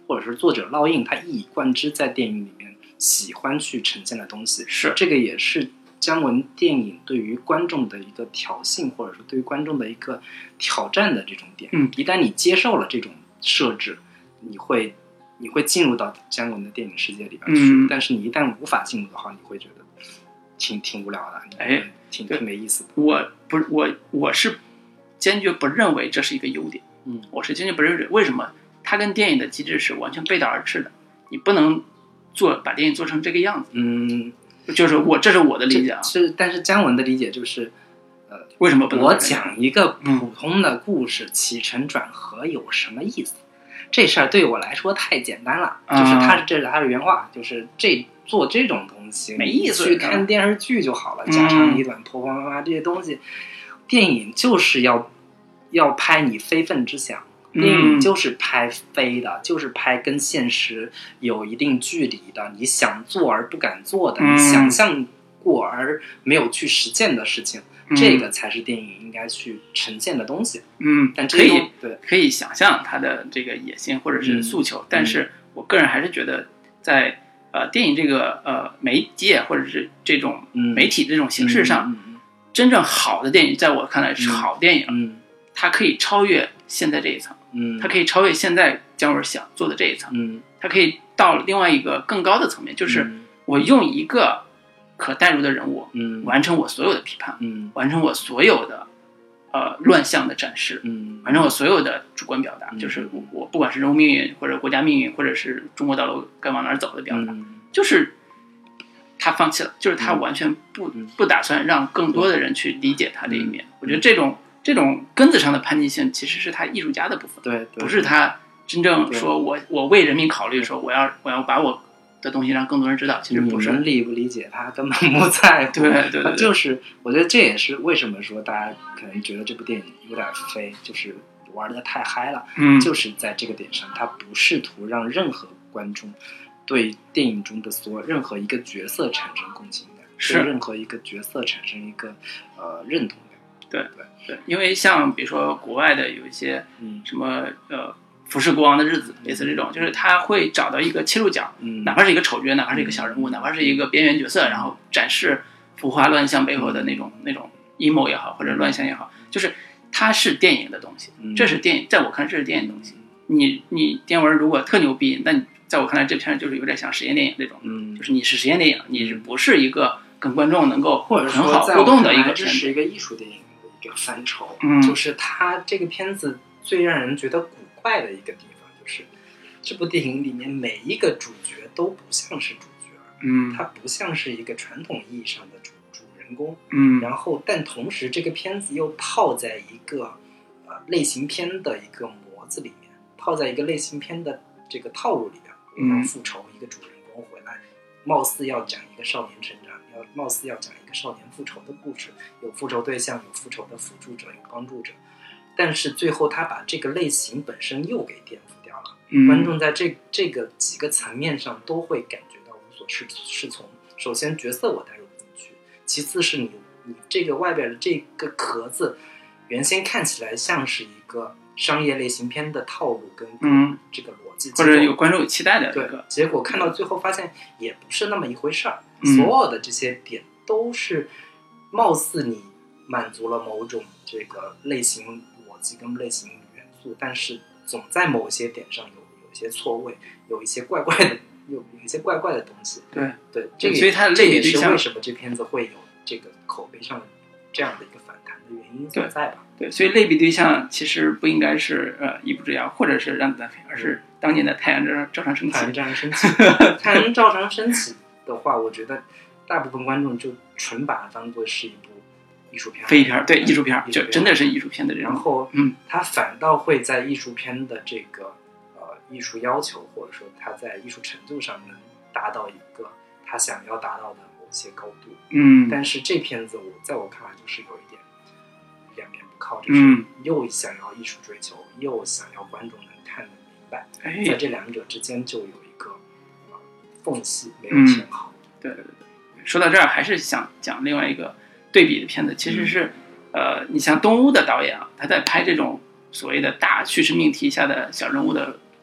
或者是作者烙印他一以贯之在电影里面喜欢去呈现的东西。 是这个也是姜文电影对于观众的一个挑衅，或者说对于观众的一个挑战的这种点。 嗯， 一旦你接受了这种设置，你会你会进入到姜文的电影世界里边去。 嗯， 但是你一旦无法进入的话，你会觉得挺挺无聊的， 哎， 挺挺没意思的。 我不是我我是坚决不认为这是一个优点。 嗯， 我是坚决不认为，为什么？它跟电影的机制是完全背道而驰的。你不能做把电影做成这个样子。 嗯。 就是我，这是我的理解啊。 是，但是姜文的理解就是，呃， 为什么不能我讲一个普通的故事，嗯、起承转合有什么意思？这事儿对我来说太简单了。 啊、 就是他是这是他的原话，就是这做这种东西没意思， 去看电视剧就好了，家长里短、婆婆妈妈这些东西，电影就是要要拍你非分之想。电影就是拍飞的，嗯、就是拍跟现实有一定距离的，你想做而不敢做的， 嗯、 你想象过而没有去实践的事情， 嗯、 这个才是电影应该去呈现的东西。 嗯， 但可以对可以想象他的这个野心或者是诉求， 嗯、 但是我个人还是觉得在呃电影这个呃媒介或者是这种媒体这种形式上， 嗯、 真正好的电影，在我看来是好电影， 嗯， 它可以超越现在这一层。 嗯， 它可以超越现在姜文想做的这一层， 嗯， 它可以到另外一个更高的层面，就是我用一个可代入的人物， 嗯， 完成我所有的批判， 嗯， 完成我所有的呃乱象的展示， 嗯， 完成我所有的主观表达， 嗯、 就是我我不管是人物命运或者国家命运，或者是中国道路该往哪儿走的表达， 嗯、 就是他放弃了，就是他完全不、 嗯、 不打算让更多的人去理解他这一面。我觉得这种。这种根子上的叛逆性其实是他艺术家的部分， 对， 不是他真正说我我为人民考虑，说我要我要把我的东西让更多人知道，其实不是。 你们理不理解他根本不在乎， 对对 对, 对， 就是我觉得这也是为什么说大家可能觉得这部电影有点飞，就是玩的太嗨了， 嗯， 就是在这个点上，他不试图让任何观众对电影中的所有任何一个角色产生共情感， 是对任何一个角色产生一个呃认同感。 对对对，因为像比如说国外的有一些什么、嗯、呃浮世国王的日子，类似这种，就是他会找到一个切入角， 嗯， 哪怕是一个丑角，哪怕是一个小人物，哪怕是一个边缘角色，然后展示浮华乱象背后的那种那种阴谋也好，或者乱象也好，就是它是电影的东西，这是电影，在我看来这是电影的东西。你你姜文如果特牛逼，那你在我看来这片就是有点像实验电影这种， 嗯， 就是你是实验电影，你是不是一个跟观众能够或者很好互动的一个片子， 这是一个艺术电影。一个范畴， 嗯， 就是它这个片子最让人觉得古怪的一个地方，就是这部电影里面每一个主角都不像是主角， 嗯， 它不像是一个传统意义上的主主人公， 嗯， 然后但同时这个片子又套在一个呃类型片的一个模子里面，套在一个类型片的这个套路里边， 嗯， 复仇一个主人公回来，貌似要讲一个少年成长。要貌似要讲一个少年复仇的故事，有复仇对象，有复仇的辅助者，有帮助者，但是最后他把这个类型本身又给颠覆掉了。 嗯， 观众在这这个几个层面上都会感觉到无所适适从。首先角色我带入不进去，其次是你你这个外边的这个壳子，原先看起来像是一个商业类型片的套路跟这个逻辑， 嗯、或者有观众有期待的对，结果看到最后发现也不是那么一回事儿。 嗯、 所有的这些点都是貌似你满足了某种这个类型逻辑跟类型元素，但是总在某些点上有有一些错位，有一些怪怪的有有一些怪怪的东西。 对对，这个所以它这也是为什么这片子会有这个口碑上这样的一个反弹的原因所在吧。 对，所以类比对象其实不应该是呃一步之遥，或者是让子弹飞，而是当年的太阳照常升起。 太阳照常升起，太阳照常升起的话，我觉得大部分观众就纯把它当作是一部艺术片， 非片，对，艺术片，就真的是艺术片的这种。 然后， 嗯， 他反倒会在艺术片的这个呃艺术要求，或者说他在艺术程度上能达到一个他想要达到的某些高度。 嗯， 但是这片子我在我看来就是有一点两面不靠，就是又想要艺术追求，嗯、又想要观众能看得明白， 哎、 在这两者之间就有一个、呃、缝隙没有填好。 嗯对对对，说到这儿还是想讲另外一个对比的片子，其实是，嗯、呃，你像东屋的导演啊，他在拍这种所谓的大叙事命题下的小人物的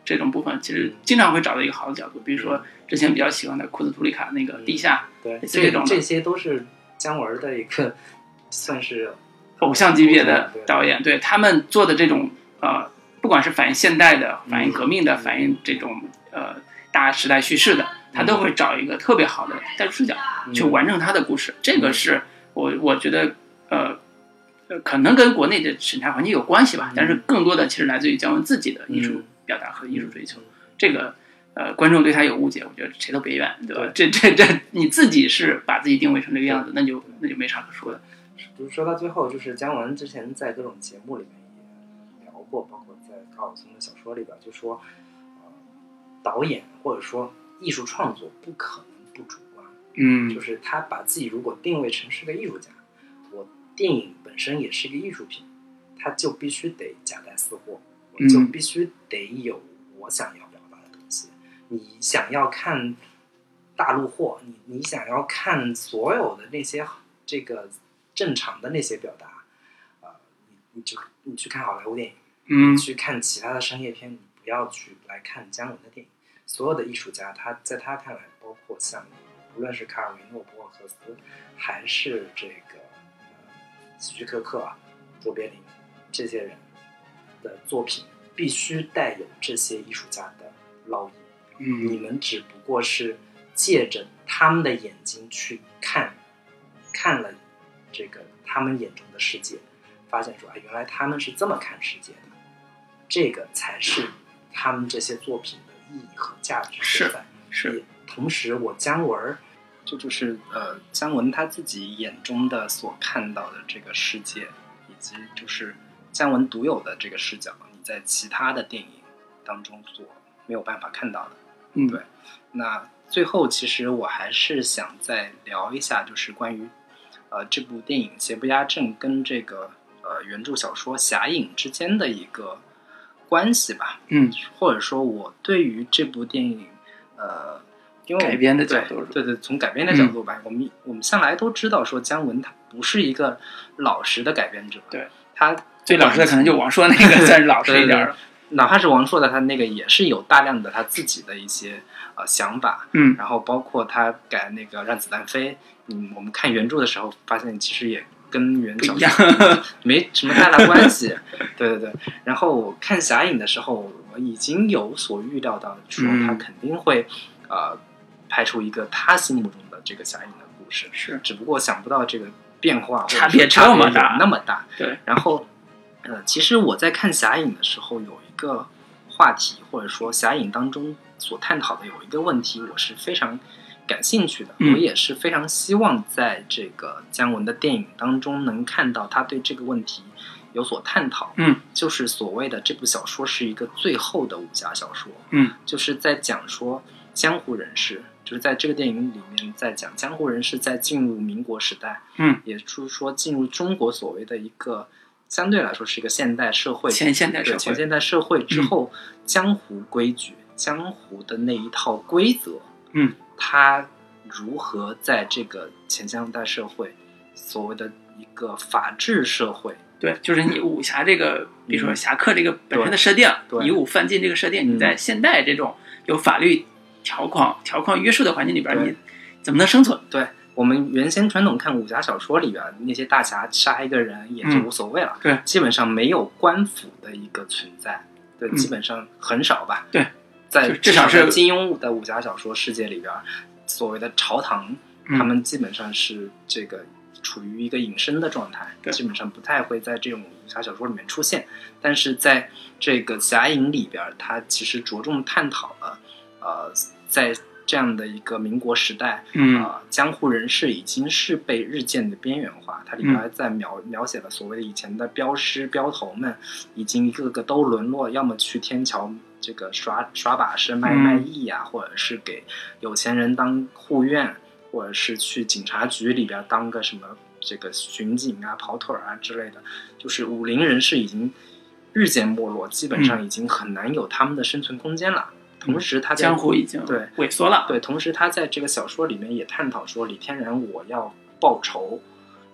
这种部分，其实经常会找到一个好的角度，比如说之前比较喜欢的库兹图里卡那个地下， 对， 这种这些都是姜文的一个算是偶像级别的导演，对他们做的这种呃，不管是反映现代的、反映革命的、反映这种呃大时代叙事的，他都会找一个特别好的代入视角去完成他的故事。这个是我我觉得呃。呃，可能跟国内的审查环境有关系吧，但是更多的其实来自于姜文自己的艺术表达和艺术追求。嗯、这个呃，观众对他有误解，我觉得谁都别怨，对吧？对这这这，你自己是把自己定位成这个样子，那就那就没啥可说的。 比如说到最后，就是姜文之前在各种节目里面也聊过，包括在高晓松的小说里边，就说，呃，导演或者说艺术创作不可能不主观， 嗯， 就是他把自己如果定位成是个艺术家，我电影本身也是一个艺术品，它就必须得夹带私货，我就必须得有我想要表达的东西。嗯、你想要看大陆货，你你想要看所有的那些这个正常的那些表达，呃，你你就你去看好莱坞电影， 嗯， 你去看其他的商业片，你不要去来看姜文的电影。所有的艺术家，他在他看来，包括像无论是卡尔维诺、博尔赫斯，还是这个。希区柯克、卓别林这些人的作品必须带有这些艺术家的烙印。 嗯， 你们只不过是借着他们的眼睛去看，看了这个他们眼中的世界，发现说，哎，原来他们是这么看世界的。这个才是他们这些作品的意义和价值所在。 是。是。 同时，我姜文。这就是呃，姜文他自己眼中的所看到的这个世界，以及就是姜文独有的这个视角，你在其他的电影当中所没有办法看到的。 嗯， 对。那最后，其实我还是想再聊一下，就是关于呃这部电影《邪不压正》跟这个呃原著小说《侠影》之间的一个关系吧。 嗯， 或者说我对于这部电影呃。因为改编的角度， 对对，从改编的角度吧，嗯、我们我们向来都知道说姜文他不是一个老实的改编者， 对， 他最老实的可能就王朔那个算是老实一点对对对，哪怕是王朔的他那个也是有大量的他自己的一些呃想法， 嗯， 然后包括他改那个让子弹飞，嗯，我们看原著的时候发现其实也跟原小说没什么太大关系，对对对，然后我看侠影的时候，我已经有所预料到说他肯定会、嗯、呃。拍出一个他心目中的这个侠影的故事， 是， 只不过想不到这个变化差别这么大， 那么大。 对， 然后，呃，其实我在看侠影的时候，有一个话题，或者说侠影当中所探讨的有一个问题，我是非常感兴趣的， 嗯、 我也是非常希望在这个姜文的电影当中能看到他对这个问题有所探讨。 嗯， 就是所谓的这部小说是一个最后的武侠小说。 嗯， 就是在讲说江湖人士。就是在这个电影里面，在讲江湖人士在进入民国时代， 嗯， 也就是说进入中国所谓的一个相对来说是一个现代社会， 前现代社会， 前现代社会之后，嗯、江湖规矩、江湖的那一套规则， 嗯， 它如何在这个前现代社会所谓的一个法治社会， 对，就是你武侠这个，比如说侠客这个本身的设定，以武犯禁这个设定，你在现代这种有法律条框条框约束的环境里边，你怎么能生存？ 对，我们原先传统看武侠小说里边，那些大侠杀一个人也就无所谓了， 嗯、对， 基本上没有官府的一个存在，对，嗯、基本上很少吧。 对， 在至少是金庸的武侠小说世界里边，所谓的朝堂， 嗯、 他们基本上是这个处于一个隐身的状态，基本上不太会在这种武侠小说里面出现。但是在这个侠影里边，它其实着重探讨了，呃。在这样的一个民国时代， 嗯， 呃，江湖人士已经是被日渐的边缘化。它里边在描、嗯、描写了所谓的以前的镖师、镖头们，已经一个个都沦落，要么去天桥这个耍耍把式卖卖艺啊， 嗯、 或者是给有钱人当护院，或者是去警察局里边当个什么这个巡警啊、跑腿啊之类的。就是武林人士已经日渐没落，基本上已经很难有他们的生存空间了。同时他在江湖已经对萎缩了， 对，同时他在这个小说里面也探讨说，李天然我要报仇，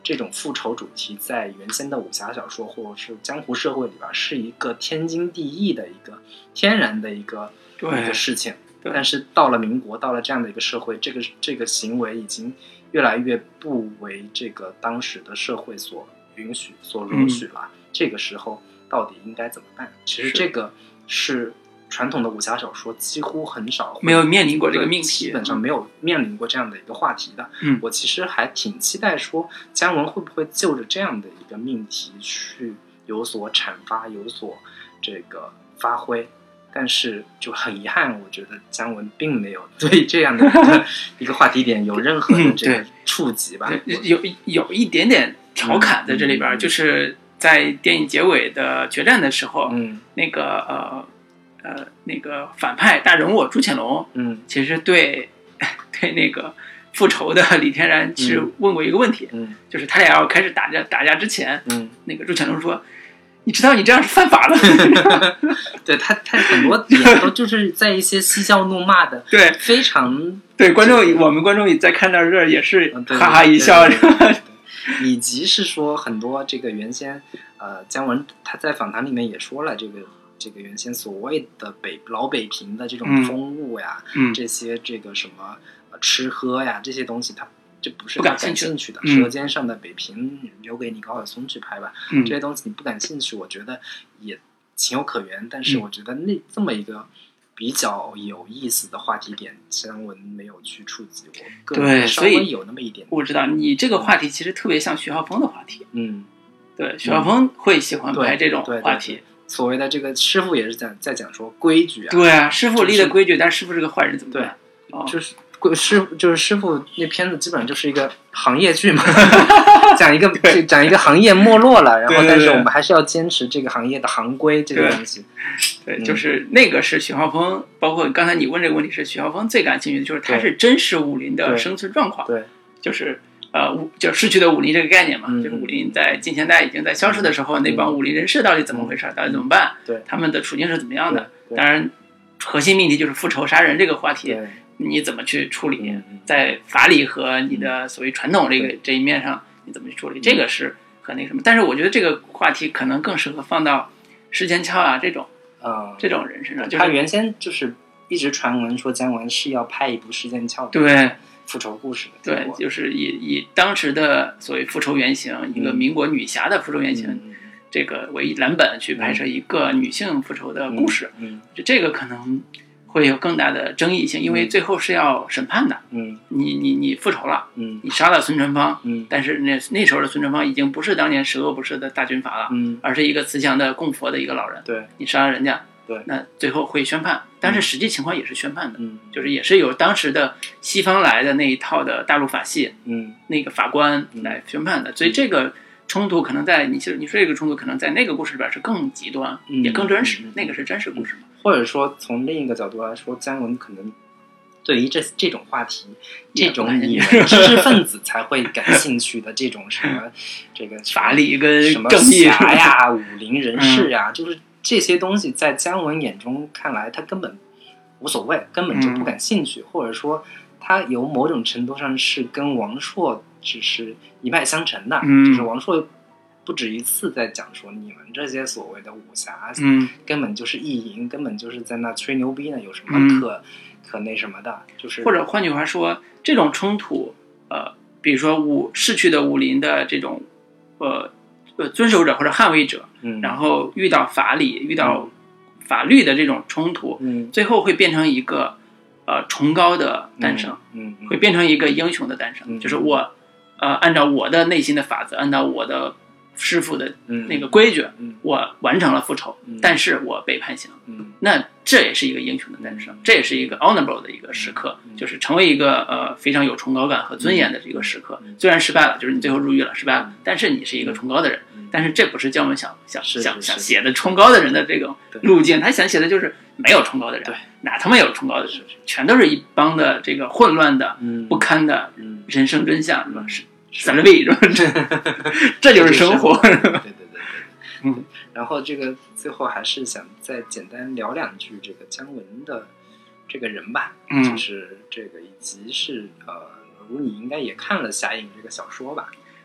这种复仇主题在原先的武侠小说或者是江湖社会里边是一个天经地义的一个天然的一个一个事情，但是到了民国，到了这样的一个社会，这个这个行为已经越来越不为这个当时的社会所允许、所容许了。嗯、这个时候到底应该怎么办？其实这个是传统的武侠小说几乎很少没有面临过这个命题， 基本上没有面临过这样的一个话题的。 嗯， 我其实还挺期待说姜文会不会就着这样的一个命题去有所阐发，有所这个发挥。但是就很遗憾，我觉得姜文并没有对这样的一个一个话题点有任何的这个触及吧。 嗯、有有一点点调侃在这里边，嗯、就是在电影结尾的决战的时候， 嗯， 那个呃。呃，那个反派大人物朱潜龙， 嗯， 其实对对那个复仇的李天然其实问过一个问题， 嗯， 就是他俩要开始打架打架之前， 嗯， 那个朱潜龙说：“你知道你这样是犯法的。” 对他，他很多点都就是在一些嬉笑怒骂的， 对， 非常对观众，我们观众也在看到这儿也是哈哈一笑，以及是说很多这个原先呃姜文他在访谈里面也说了这个。这个原先所谓的北老北平的这种风物呀， 嗯、 这些这个什么、呃、吃喝呀这些东西，他这不是不感兴趣兴趣的。 嗯、 舌尖上的北平留给你高晓松去拍吧， 嗯、 这些东西你不感兴趣，我觉得也情有可原。但是我觉得那这么一个比较有意思的话题点，姜文没有去触及，我个人稍微有那么一点点。 我知道你这个话题其实特别像徐浩峰的话题， 嗯， 对，徐浩峰会喜欢拍这种话题。 对对对，所谓的这个师傅也是在在讲说规矩啊， 对啊，师傅立的规矩，就是、但师傅是个坏人怎么办？ 对，哦、就是师就是师傅那片子基本上就是一个行业剧嘛，讲一个讲一个行业没落了，然后但是我们还是要坚持这个行业的行规这个东西。 对，对嗯、就是那个是徐浩峰，包括刚才你问这个问题是徐浩峰最感兴趣的，就是他是真实武林的生存状况， 对， 就是呃，就失去的武林这个概念嘛， 嗯、 就是武林在近现代已经在消失的时候，嗯、那帮武林人士到底怎么回事？嗯、到底怎么办？ 对， 他们的处境是怎么样的？当然，核心命题就是复仇杀人这个话题，你怎么去处理？ 嗯、 在法理和你的所谓传统这个这一面上，你怎么去处理？这个是很那什么。但是我觉得这个话题可能更适合放到施剑翘啊这种啊、嗯、这种人身上。就是、 他原先就是一直传闻说姜文是要拍一部施剑翘的。 对。 复仇故事的，对，就是以以当时的所谓复仇原型，嗯、一个民国女侠的复仇原型， 嗯、 这个为蓝本去拍摄一个女性复仇的故事， 嗯， 就这个可能会有更大的争议性，因为最后是要审判的， 嗯， 你你你复仇了， 嗯， 你杀了孙传芳， 嗯， 但是那那时候的孙传芳已经不是当年十恶不赦的大军阀了， 嗯， 而是一个慈祥的供佛的一个老人， 对， 你杀了人家。 对， 那最后会宣判，但是实际情况也是宣判的， 嗯， 就是也是由当时的西方来的那一套的大陆法系， 嗯， 那个法官来宣判的，嗯、所以这个冲突可能在你其实你说这个冲突可能在那个故事里边是更极端， 嗯、 也更真实， 嗯、 那个是真实故事嘛。 或者说从另一个角度来说，姜文可能对于这这种话题，这种你们知识分子才会感兴趣的这种什么这个法理跟什么正义侠呀、武林人士呀， 嗯、 就是。这些东西在姜文眼中看来，他根本无所谓，根本就不感兴趣， 嗯、 或者说他有某种程度上是跟王朔只是一脉相承的， 嗯、 就是王朔不止一次在讲说，你们这些所谓的武侠， 嗯， 根本就是意淫，根本就是在那吹牛逼呢，有什么可、嗯、可那什么的，就是或者换句话说，这种冲突，呃，比如说武逝去的武林的这种，呃。呃，遵守者或者捍卫者， 嗯， 然后遇到法理、遇到法律的这种冲突， 嗯， 最后会变成一个呃崇高的诞生， 嗯，嗯会变成一个英雄的诞生， 嗯、 就是我呃按照我的内心的法则，按照我的师傅的那个规矩， 嗯、 我完成了复仇， 嗯、 但是我被判刑， 嗯， 那这也是一个英雄的诞生， 嗯、 这也是一个 honorable 的一个时刻， 嗯、 就是成为一个呃非常有崇高感和尊严的这个时刻。 嗯、 虽然失败了，就是你最后入狱了，失败了， 嗯、 但是你是一个崇高的人。 嗯、 但是这不是姜文想想是想想写的崇高的人的这种路径，他想写的就是没有崇高的人， 对， 哪他妈有崇高的人，全都是一帮的这个混乱的、 嗯、 不堪的嗯、 人生真相，是吧？是散了位，是吧？这就是生活， 对对对对。 嗯， 然后这个最后还是想再简单聊两句这个姜文的这个人吧， 嗯， 就是这个以及是呃，如你应该也看了《侠影》这个小说吧？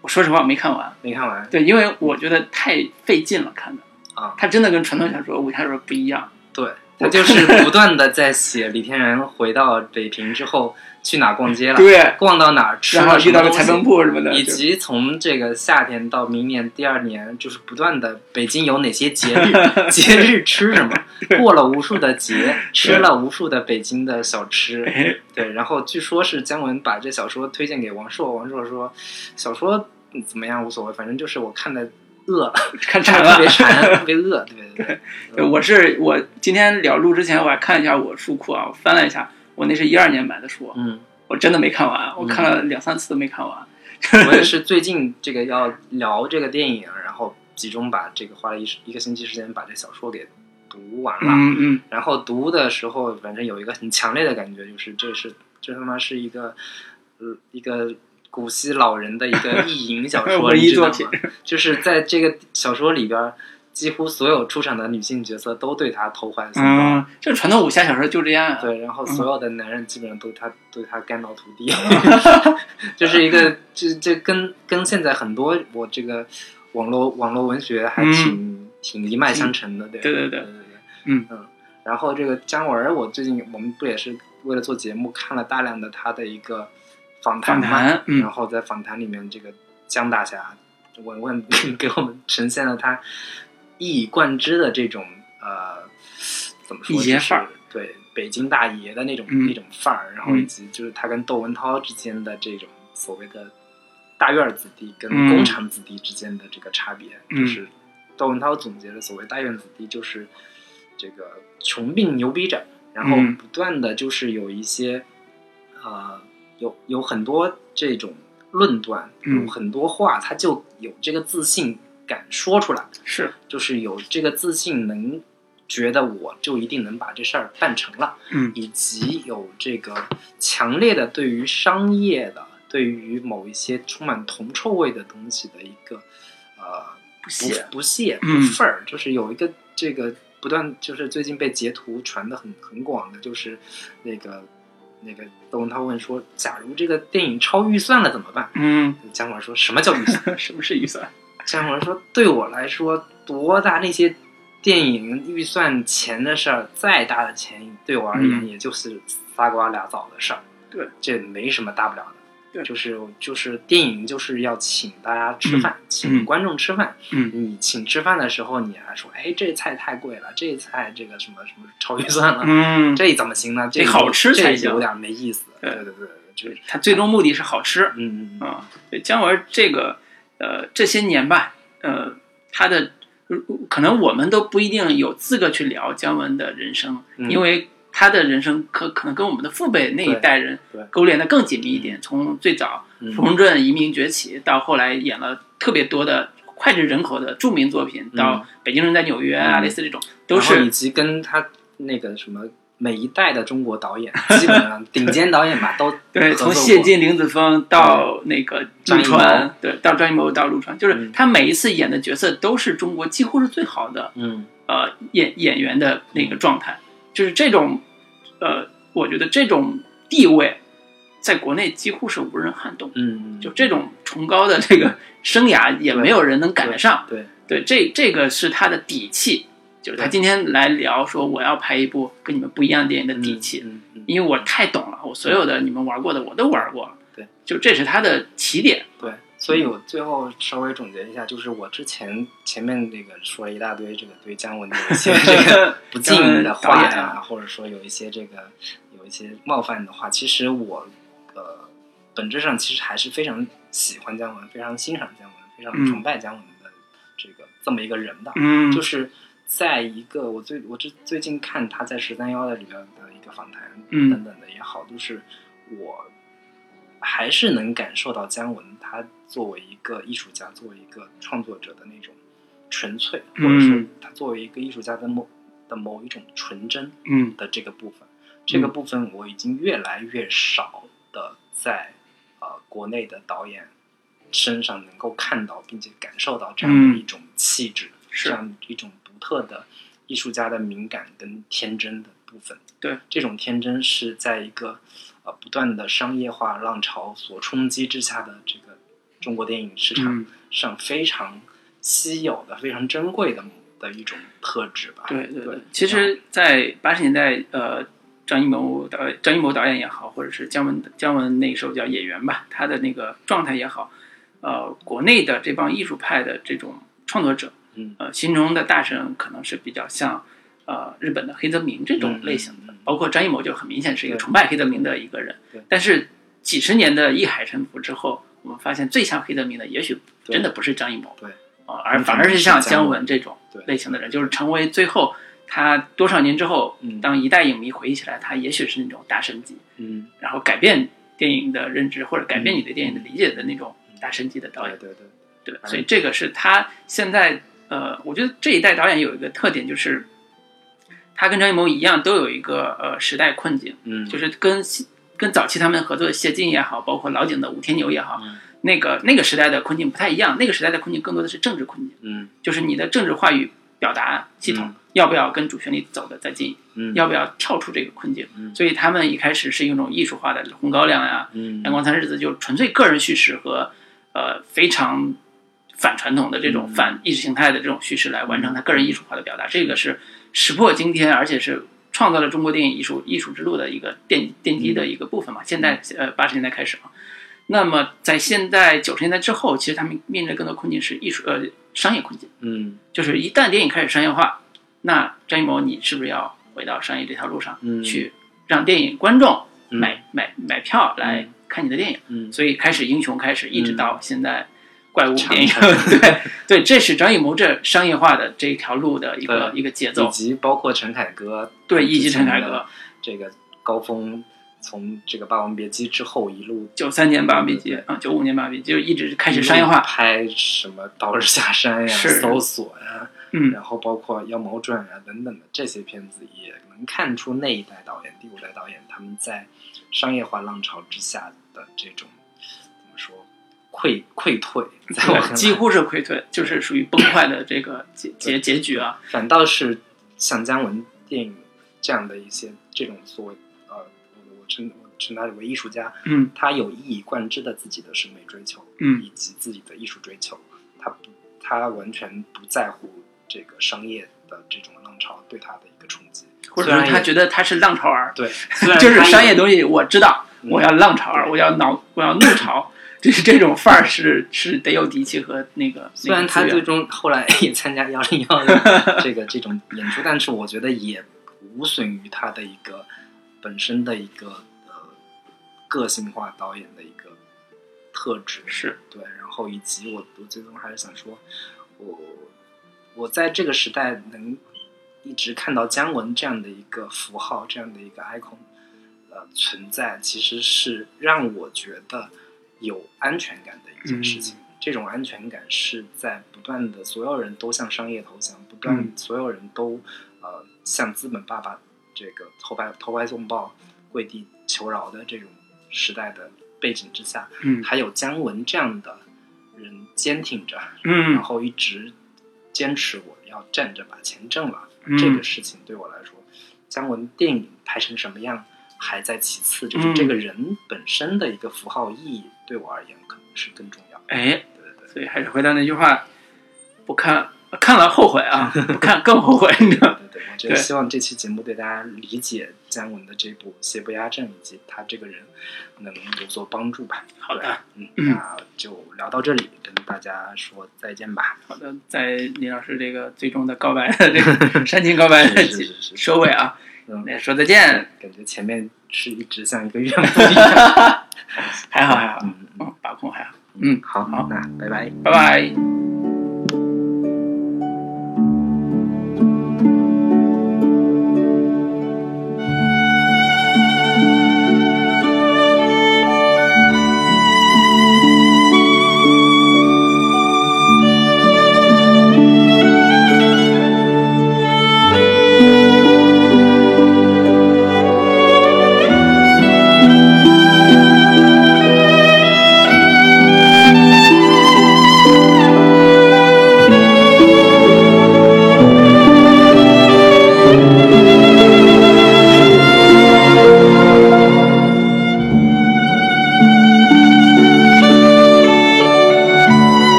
我说实话我没看完， 没看完。 对，因为我觉得太费劲了看的啊， 它真的跟传统小说、武侠小说不一样。 对，他就是不断的在写李天然回到北平之后去哪逛街了， 对， 逛到哪儿吃了什么东西， 然后遇到个裁缝铺什么的， 以及从这个夏天到明年第二年，就是不断的北京有哪些节日，节日吃什么，过了无数的节，吃了无数的北京的小吃，对。然后据说是姜文把这小说推荐给王朔，王朔说小说怎么样无所谓，反正就是我看的。饿了， 看馋了， 特别馋，特别饿，对对对。 对，我是我今天聊录之前，我还看了一下我书库啊，我翻了一下，我那是一二年买的书， 嗯， 我真的没看完，我看了两三次都没看完。 嗯、我也是最近这个要聊这个电影，然后集中把这个花了一一个星期时间把这小说给读完了， 嗯嗯。 然后读的时候，反正有一个很强烈的感觉，就是这是这他妈是一个呃一个。古稀老人的一个意淫小说， 文艺作品， 就是在这个小说里边，几乎所有出场的女性角色都对他投怀送抱。 嗯，这传统武侠小说就这样、啊。 对，然后所有的男人基本上都他、嗯、对他肝脑涂地，就是一个这这跟跟现在很多我这个网络网络文学还挺、嗯、挺一脉相承的，对对对对对对对，嗯嗯。然后这个姜文，我最近我们不也是为了做节目看了大量的他的一个。访谈嘛， 嗯、 然后在访谈里面，这个姜大侠文文给我们呈现了他一以贯之的这种呃，怎么说， 爷范儿， 对北京大爷的那种、 嗯、 那种范儿，然后以及就是他跟窦文涛之间的这种所谓的大院子弟跟工厂子弟之间的这个差别， 嗯、 就是窦文涛总结的所谓大院子弟就是这个穷病牛逼着，然后不断的就是有一些、嗯、呃。有有很多这种论断，有很多话，他就有这个自信敢说出来， 是， 就是有这个自信，能觉得我就一定能把这事儿办成了， 嗯， 以及有这个强烈的对于商业的，对于某一些充满铜臭味的东西的一个呃不屑不屑不忿儿、嗯，就是有一个这个不断，就是最近被截图传的很很广的，就是那个。那个窦文涛问说：“假如这个电影超预算了怎么办？” 嗯， 姜文说什么叫预算？ 什么是预算？ 姜文说：“对我来说，多大那些电影预算钱的事儿，再大的钱对我而言，也就是仨瓜俩枣的事儿。 对、嗯， 这没什么大不了的。 对， 就是就是电影就是要请大家吃饭， 嗯、 请观众吃饭。 嗯， 你请吃饭的时候，你还说，哎，这菜太贵了，这菜这个什么什么超预算了， 嗯， 这怎么行呢？这好吃才行， 有点没意思。对对对对，就是他最终目的是好吃。 嗯嗯啊，对，姜文这个呃这些年吧，呃，他的可能我们都不一定有资格去聊姜文的人生， 嗯、 因为。他的人生可可能跟我们的父辈那一代人勾连的更紧密一点，从最早傅红镇移民崛起，到后来演了特别多的脍炙人口的著名作品，到北京人在纽约啊， 嗯、 类似这种，都是以及跟他那个什么每一代的中国导演，基本上顶尖导演吧，都对，从谢晋、林子峰到那个陆川，对，到张艺谋到陆川，就是他每一次演的角色都是中国几乎是最好的， 嗯， 呃，演演员的那个状态。就是这种，呃，我觉得这种地位，在国内几乎是无人撼动。 嗯， 就这种崇高的这个生涯，也没有人能赶得上。 对， 对，对这这个是他的底气。就是他今天来聊说，我要拍一部跟你们不一样的电影的底气， 嗯嗯嗯、 因为我太懂了，我所有的你们玩过的我都玩过了。 对， 就这是他的起点。 对。所以我最后稍微总结一下，就是我之前前面那个说了一大堆这个对姜文的一些这个不敬的话呀，或者说有一些这个有一些冒犯的话，其实我呃本质上其实还是非常喜欢姜文，非常欣赏姜文，非常崇拜姜文的这个、嗯、这么一个人的。 嗯， 就是在一个我最我最最近看他在十三幺的里边的一个访谈等等的也好， 嗯、 就是我还是能感受到姜文他作为一个艺术家，作为一个创作者的那种纯粹，或者说他作为一个艺术家的某的某一种纯真的这个部分， 嗯、 这个部分我已经越来越少的在呃国内的导演身上能够看到并且感受到这样的一种气质， 嗯、 这样一种独特的艺术家的敏感跟天真的部分。 对， 这种天真是在一个呃不断的商业化浪潮所冲击之下的这个中国电影市场上非常稀有的、非常珍贵的的一种特质吧。 对对对，其实，在八十年代，呃，张艺谋导张艺谋导演也好，或者是姜文姜文那时候叫演员吧，他的那个状态也好，呃，国内的这帮艺术派的这种创作者， 嗯， 呃，心中的大神可能是比较像呃日本的黑泽明这种类型的， 嗯嗯嗯、 包括张艺谋就很明显是一个崇拜黑泽明的一个人。 对， 但是几十年的一海沉浮之后，我们发现最像黑泽明的也许真的不是张艺谋， 对， 呃、而反而是像姜文这种类型的人，就是成为最后他多少年之后， 嗯、 当一代影迷回忆起来，他也许是那种大神级， 嗯， 然后改变电影的认知或者改变你对电影的理解的那种大神级的导演。 对对对对，所以这个是他现在呃，我觉得这一代导演有一个特点，就是他跟张艺谋一样，都有一个呃时代困境， 嗯， 就是跟跟早期他们合作的谢晋也好，包括老井的吴天牛也好， 嗯、 那个那个时代的困境不太一样，那个时代的困境更多的是政治困境， 嗯， 就是你的政治话语表达系统、嗯、要不要跟主旋律走得再近， 嗯， 要不要跳出这个困境， 嗯， 所以他们一开始是用一种艺术化的红高粱呀、 嗯， 阳光灿日子，就纯粹个人叙事和呃非常反传统的这种反意识形态的这种叙事来完成他个人艺术化的表达，这个是石破惊天，而且是创造了中国电影艺术艺术之路的一个奠奠基的一个部分嘛。现在呃八十年代开始嘛，那么在现在九十年代之后，其实他们面临的更多困境是艺术呃商业困境， 嗯， 就是一旦电影开始商业化，那张艺谋你是不是要回到商业这条路上、 嗯、 去让电影观众买、 嗯、 买买票来看你的电影？ 嗯， 所以开始英雄开始一直到现在。怪物电影，对对，这是张艺谋这商业化的这条路的一个一个节奏， 以及包括陈凯歌， 对，以及陈凯歌这个高峰，从这个《霸王别姬》之后一路， 九三年《霸王别姬》啊，九五年《霸王别姬》就一直开始商业化， 拍什么《刀日下山》呀、《搜索》呀， 嗯， 然后包括《妖魔传》啊等等的这些片子，也能看出那一代导演、第五代导演他们在商业化浪潮之下的这种怎么说？溃溃退，在我看来几乎是溃退，就是属于崩坏的这个结结结局啊。 反倒是像姜文电影这样的一些这种所谓呃，我我称我称他为艺术家， 嗯， 他有一以贯之的自己的审美追求， 嗯， 以及自己的艺术追求，他不他完全不在乎这个商业的这种浪潮对他的一个冲击， 或者说他觉得他是浪潮儿， 对， 就是商业东西我知道， 嗯、 我要浪潮儿，我要脑我要怒潮。就是这种范儿是是得有底气和那个， 虽然他最终后来也参加幺零幺的这个这种演出，但是我觉得也无损于他的一个本身的一个呃个性化导演的一个特质， 是对。然后以及我我最终还是想说，我我在这个时代能一直看到姜文这样的一个符号，这样的一个 icon 呃存在，其实是让我觉得有安全感的一件事情、嗯、这种安全感是在不断的所有人都向商业投降，不断、嗯、所有人都呃向资本爸爸这个投怀投怀送抱跪地求饶的这种时代的背景之下， 嗯， 还有姜文这样的人坚挺着， 嗯， 然后一直坚持我要站着把钱挣了、 嗯、 这个事情对我来说，姜文电影拍成什么样还在其次，就是这个人本身的一个符号意义对我而言可能是更重要的。 哎， 对对对， 所以还是回到那句话，不看看了后悔啊，不看更后悔。对对对，我觉得希望这期节目对大家理解姜文的这部《邪不压正》以及他这个人能有所帮助吧。 好的， 嗯，那就聊到这里，跟大家说再见吧。 好的，在李老师这个最终的告白的这个煽情告白的收尾啊。 嗯， 说再见。 感觉前面是一直像一个怨妇一样。 还好还好， 嗯嗯，把控还好。嗯， 好， 好， 那拜拜， 拜拜。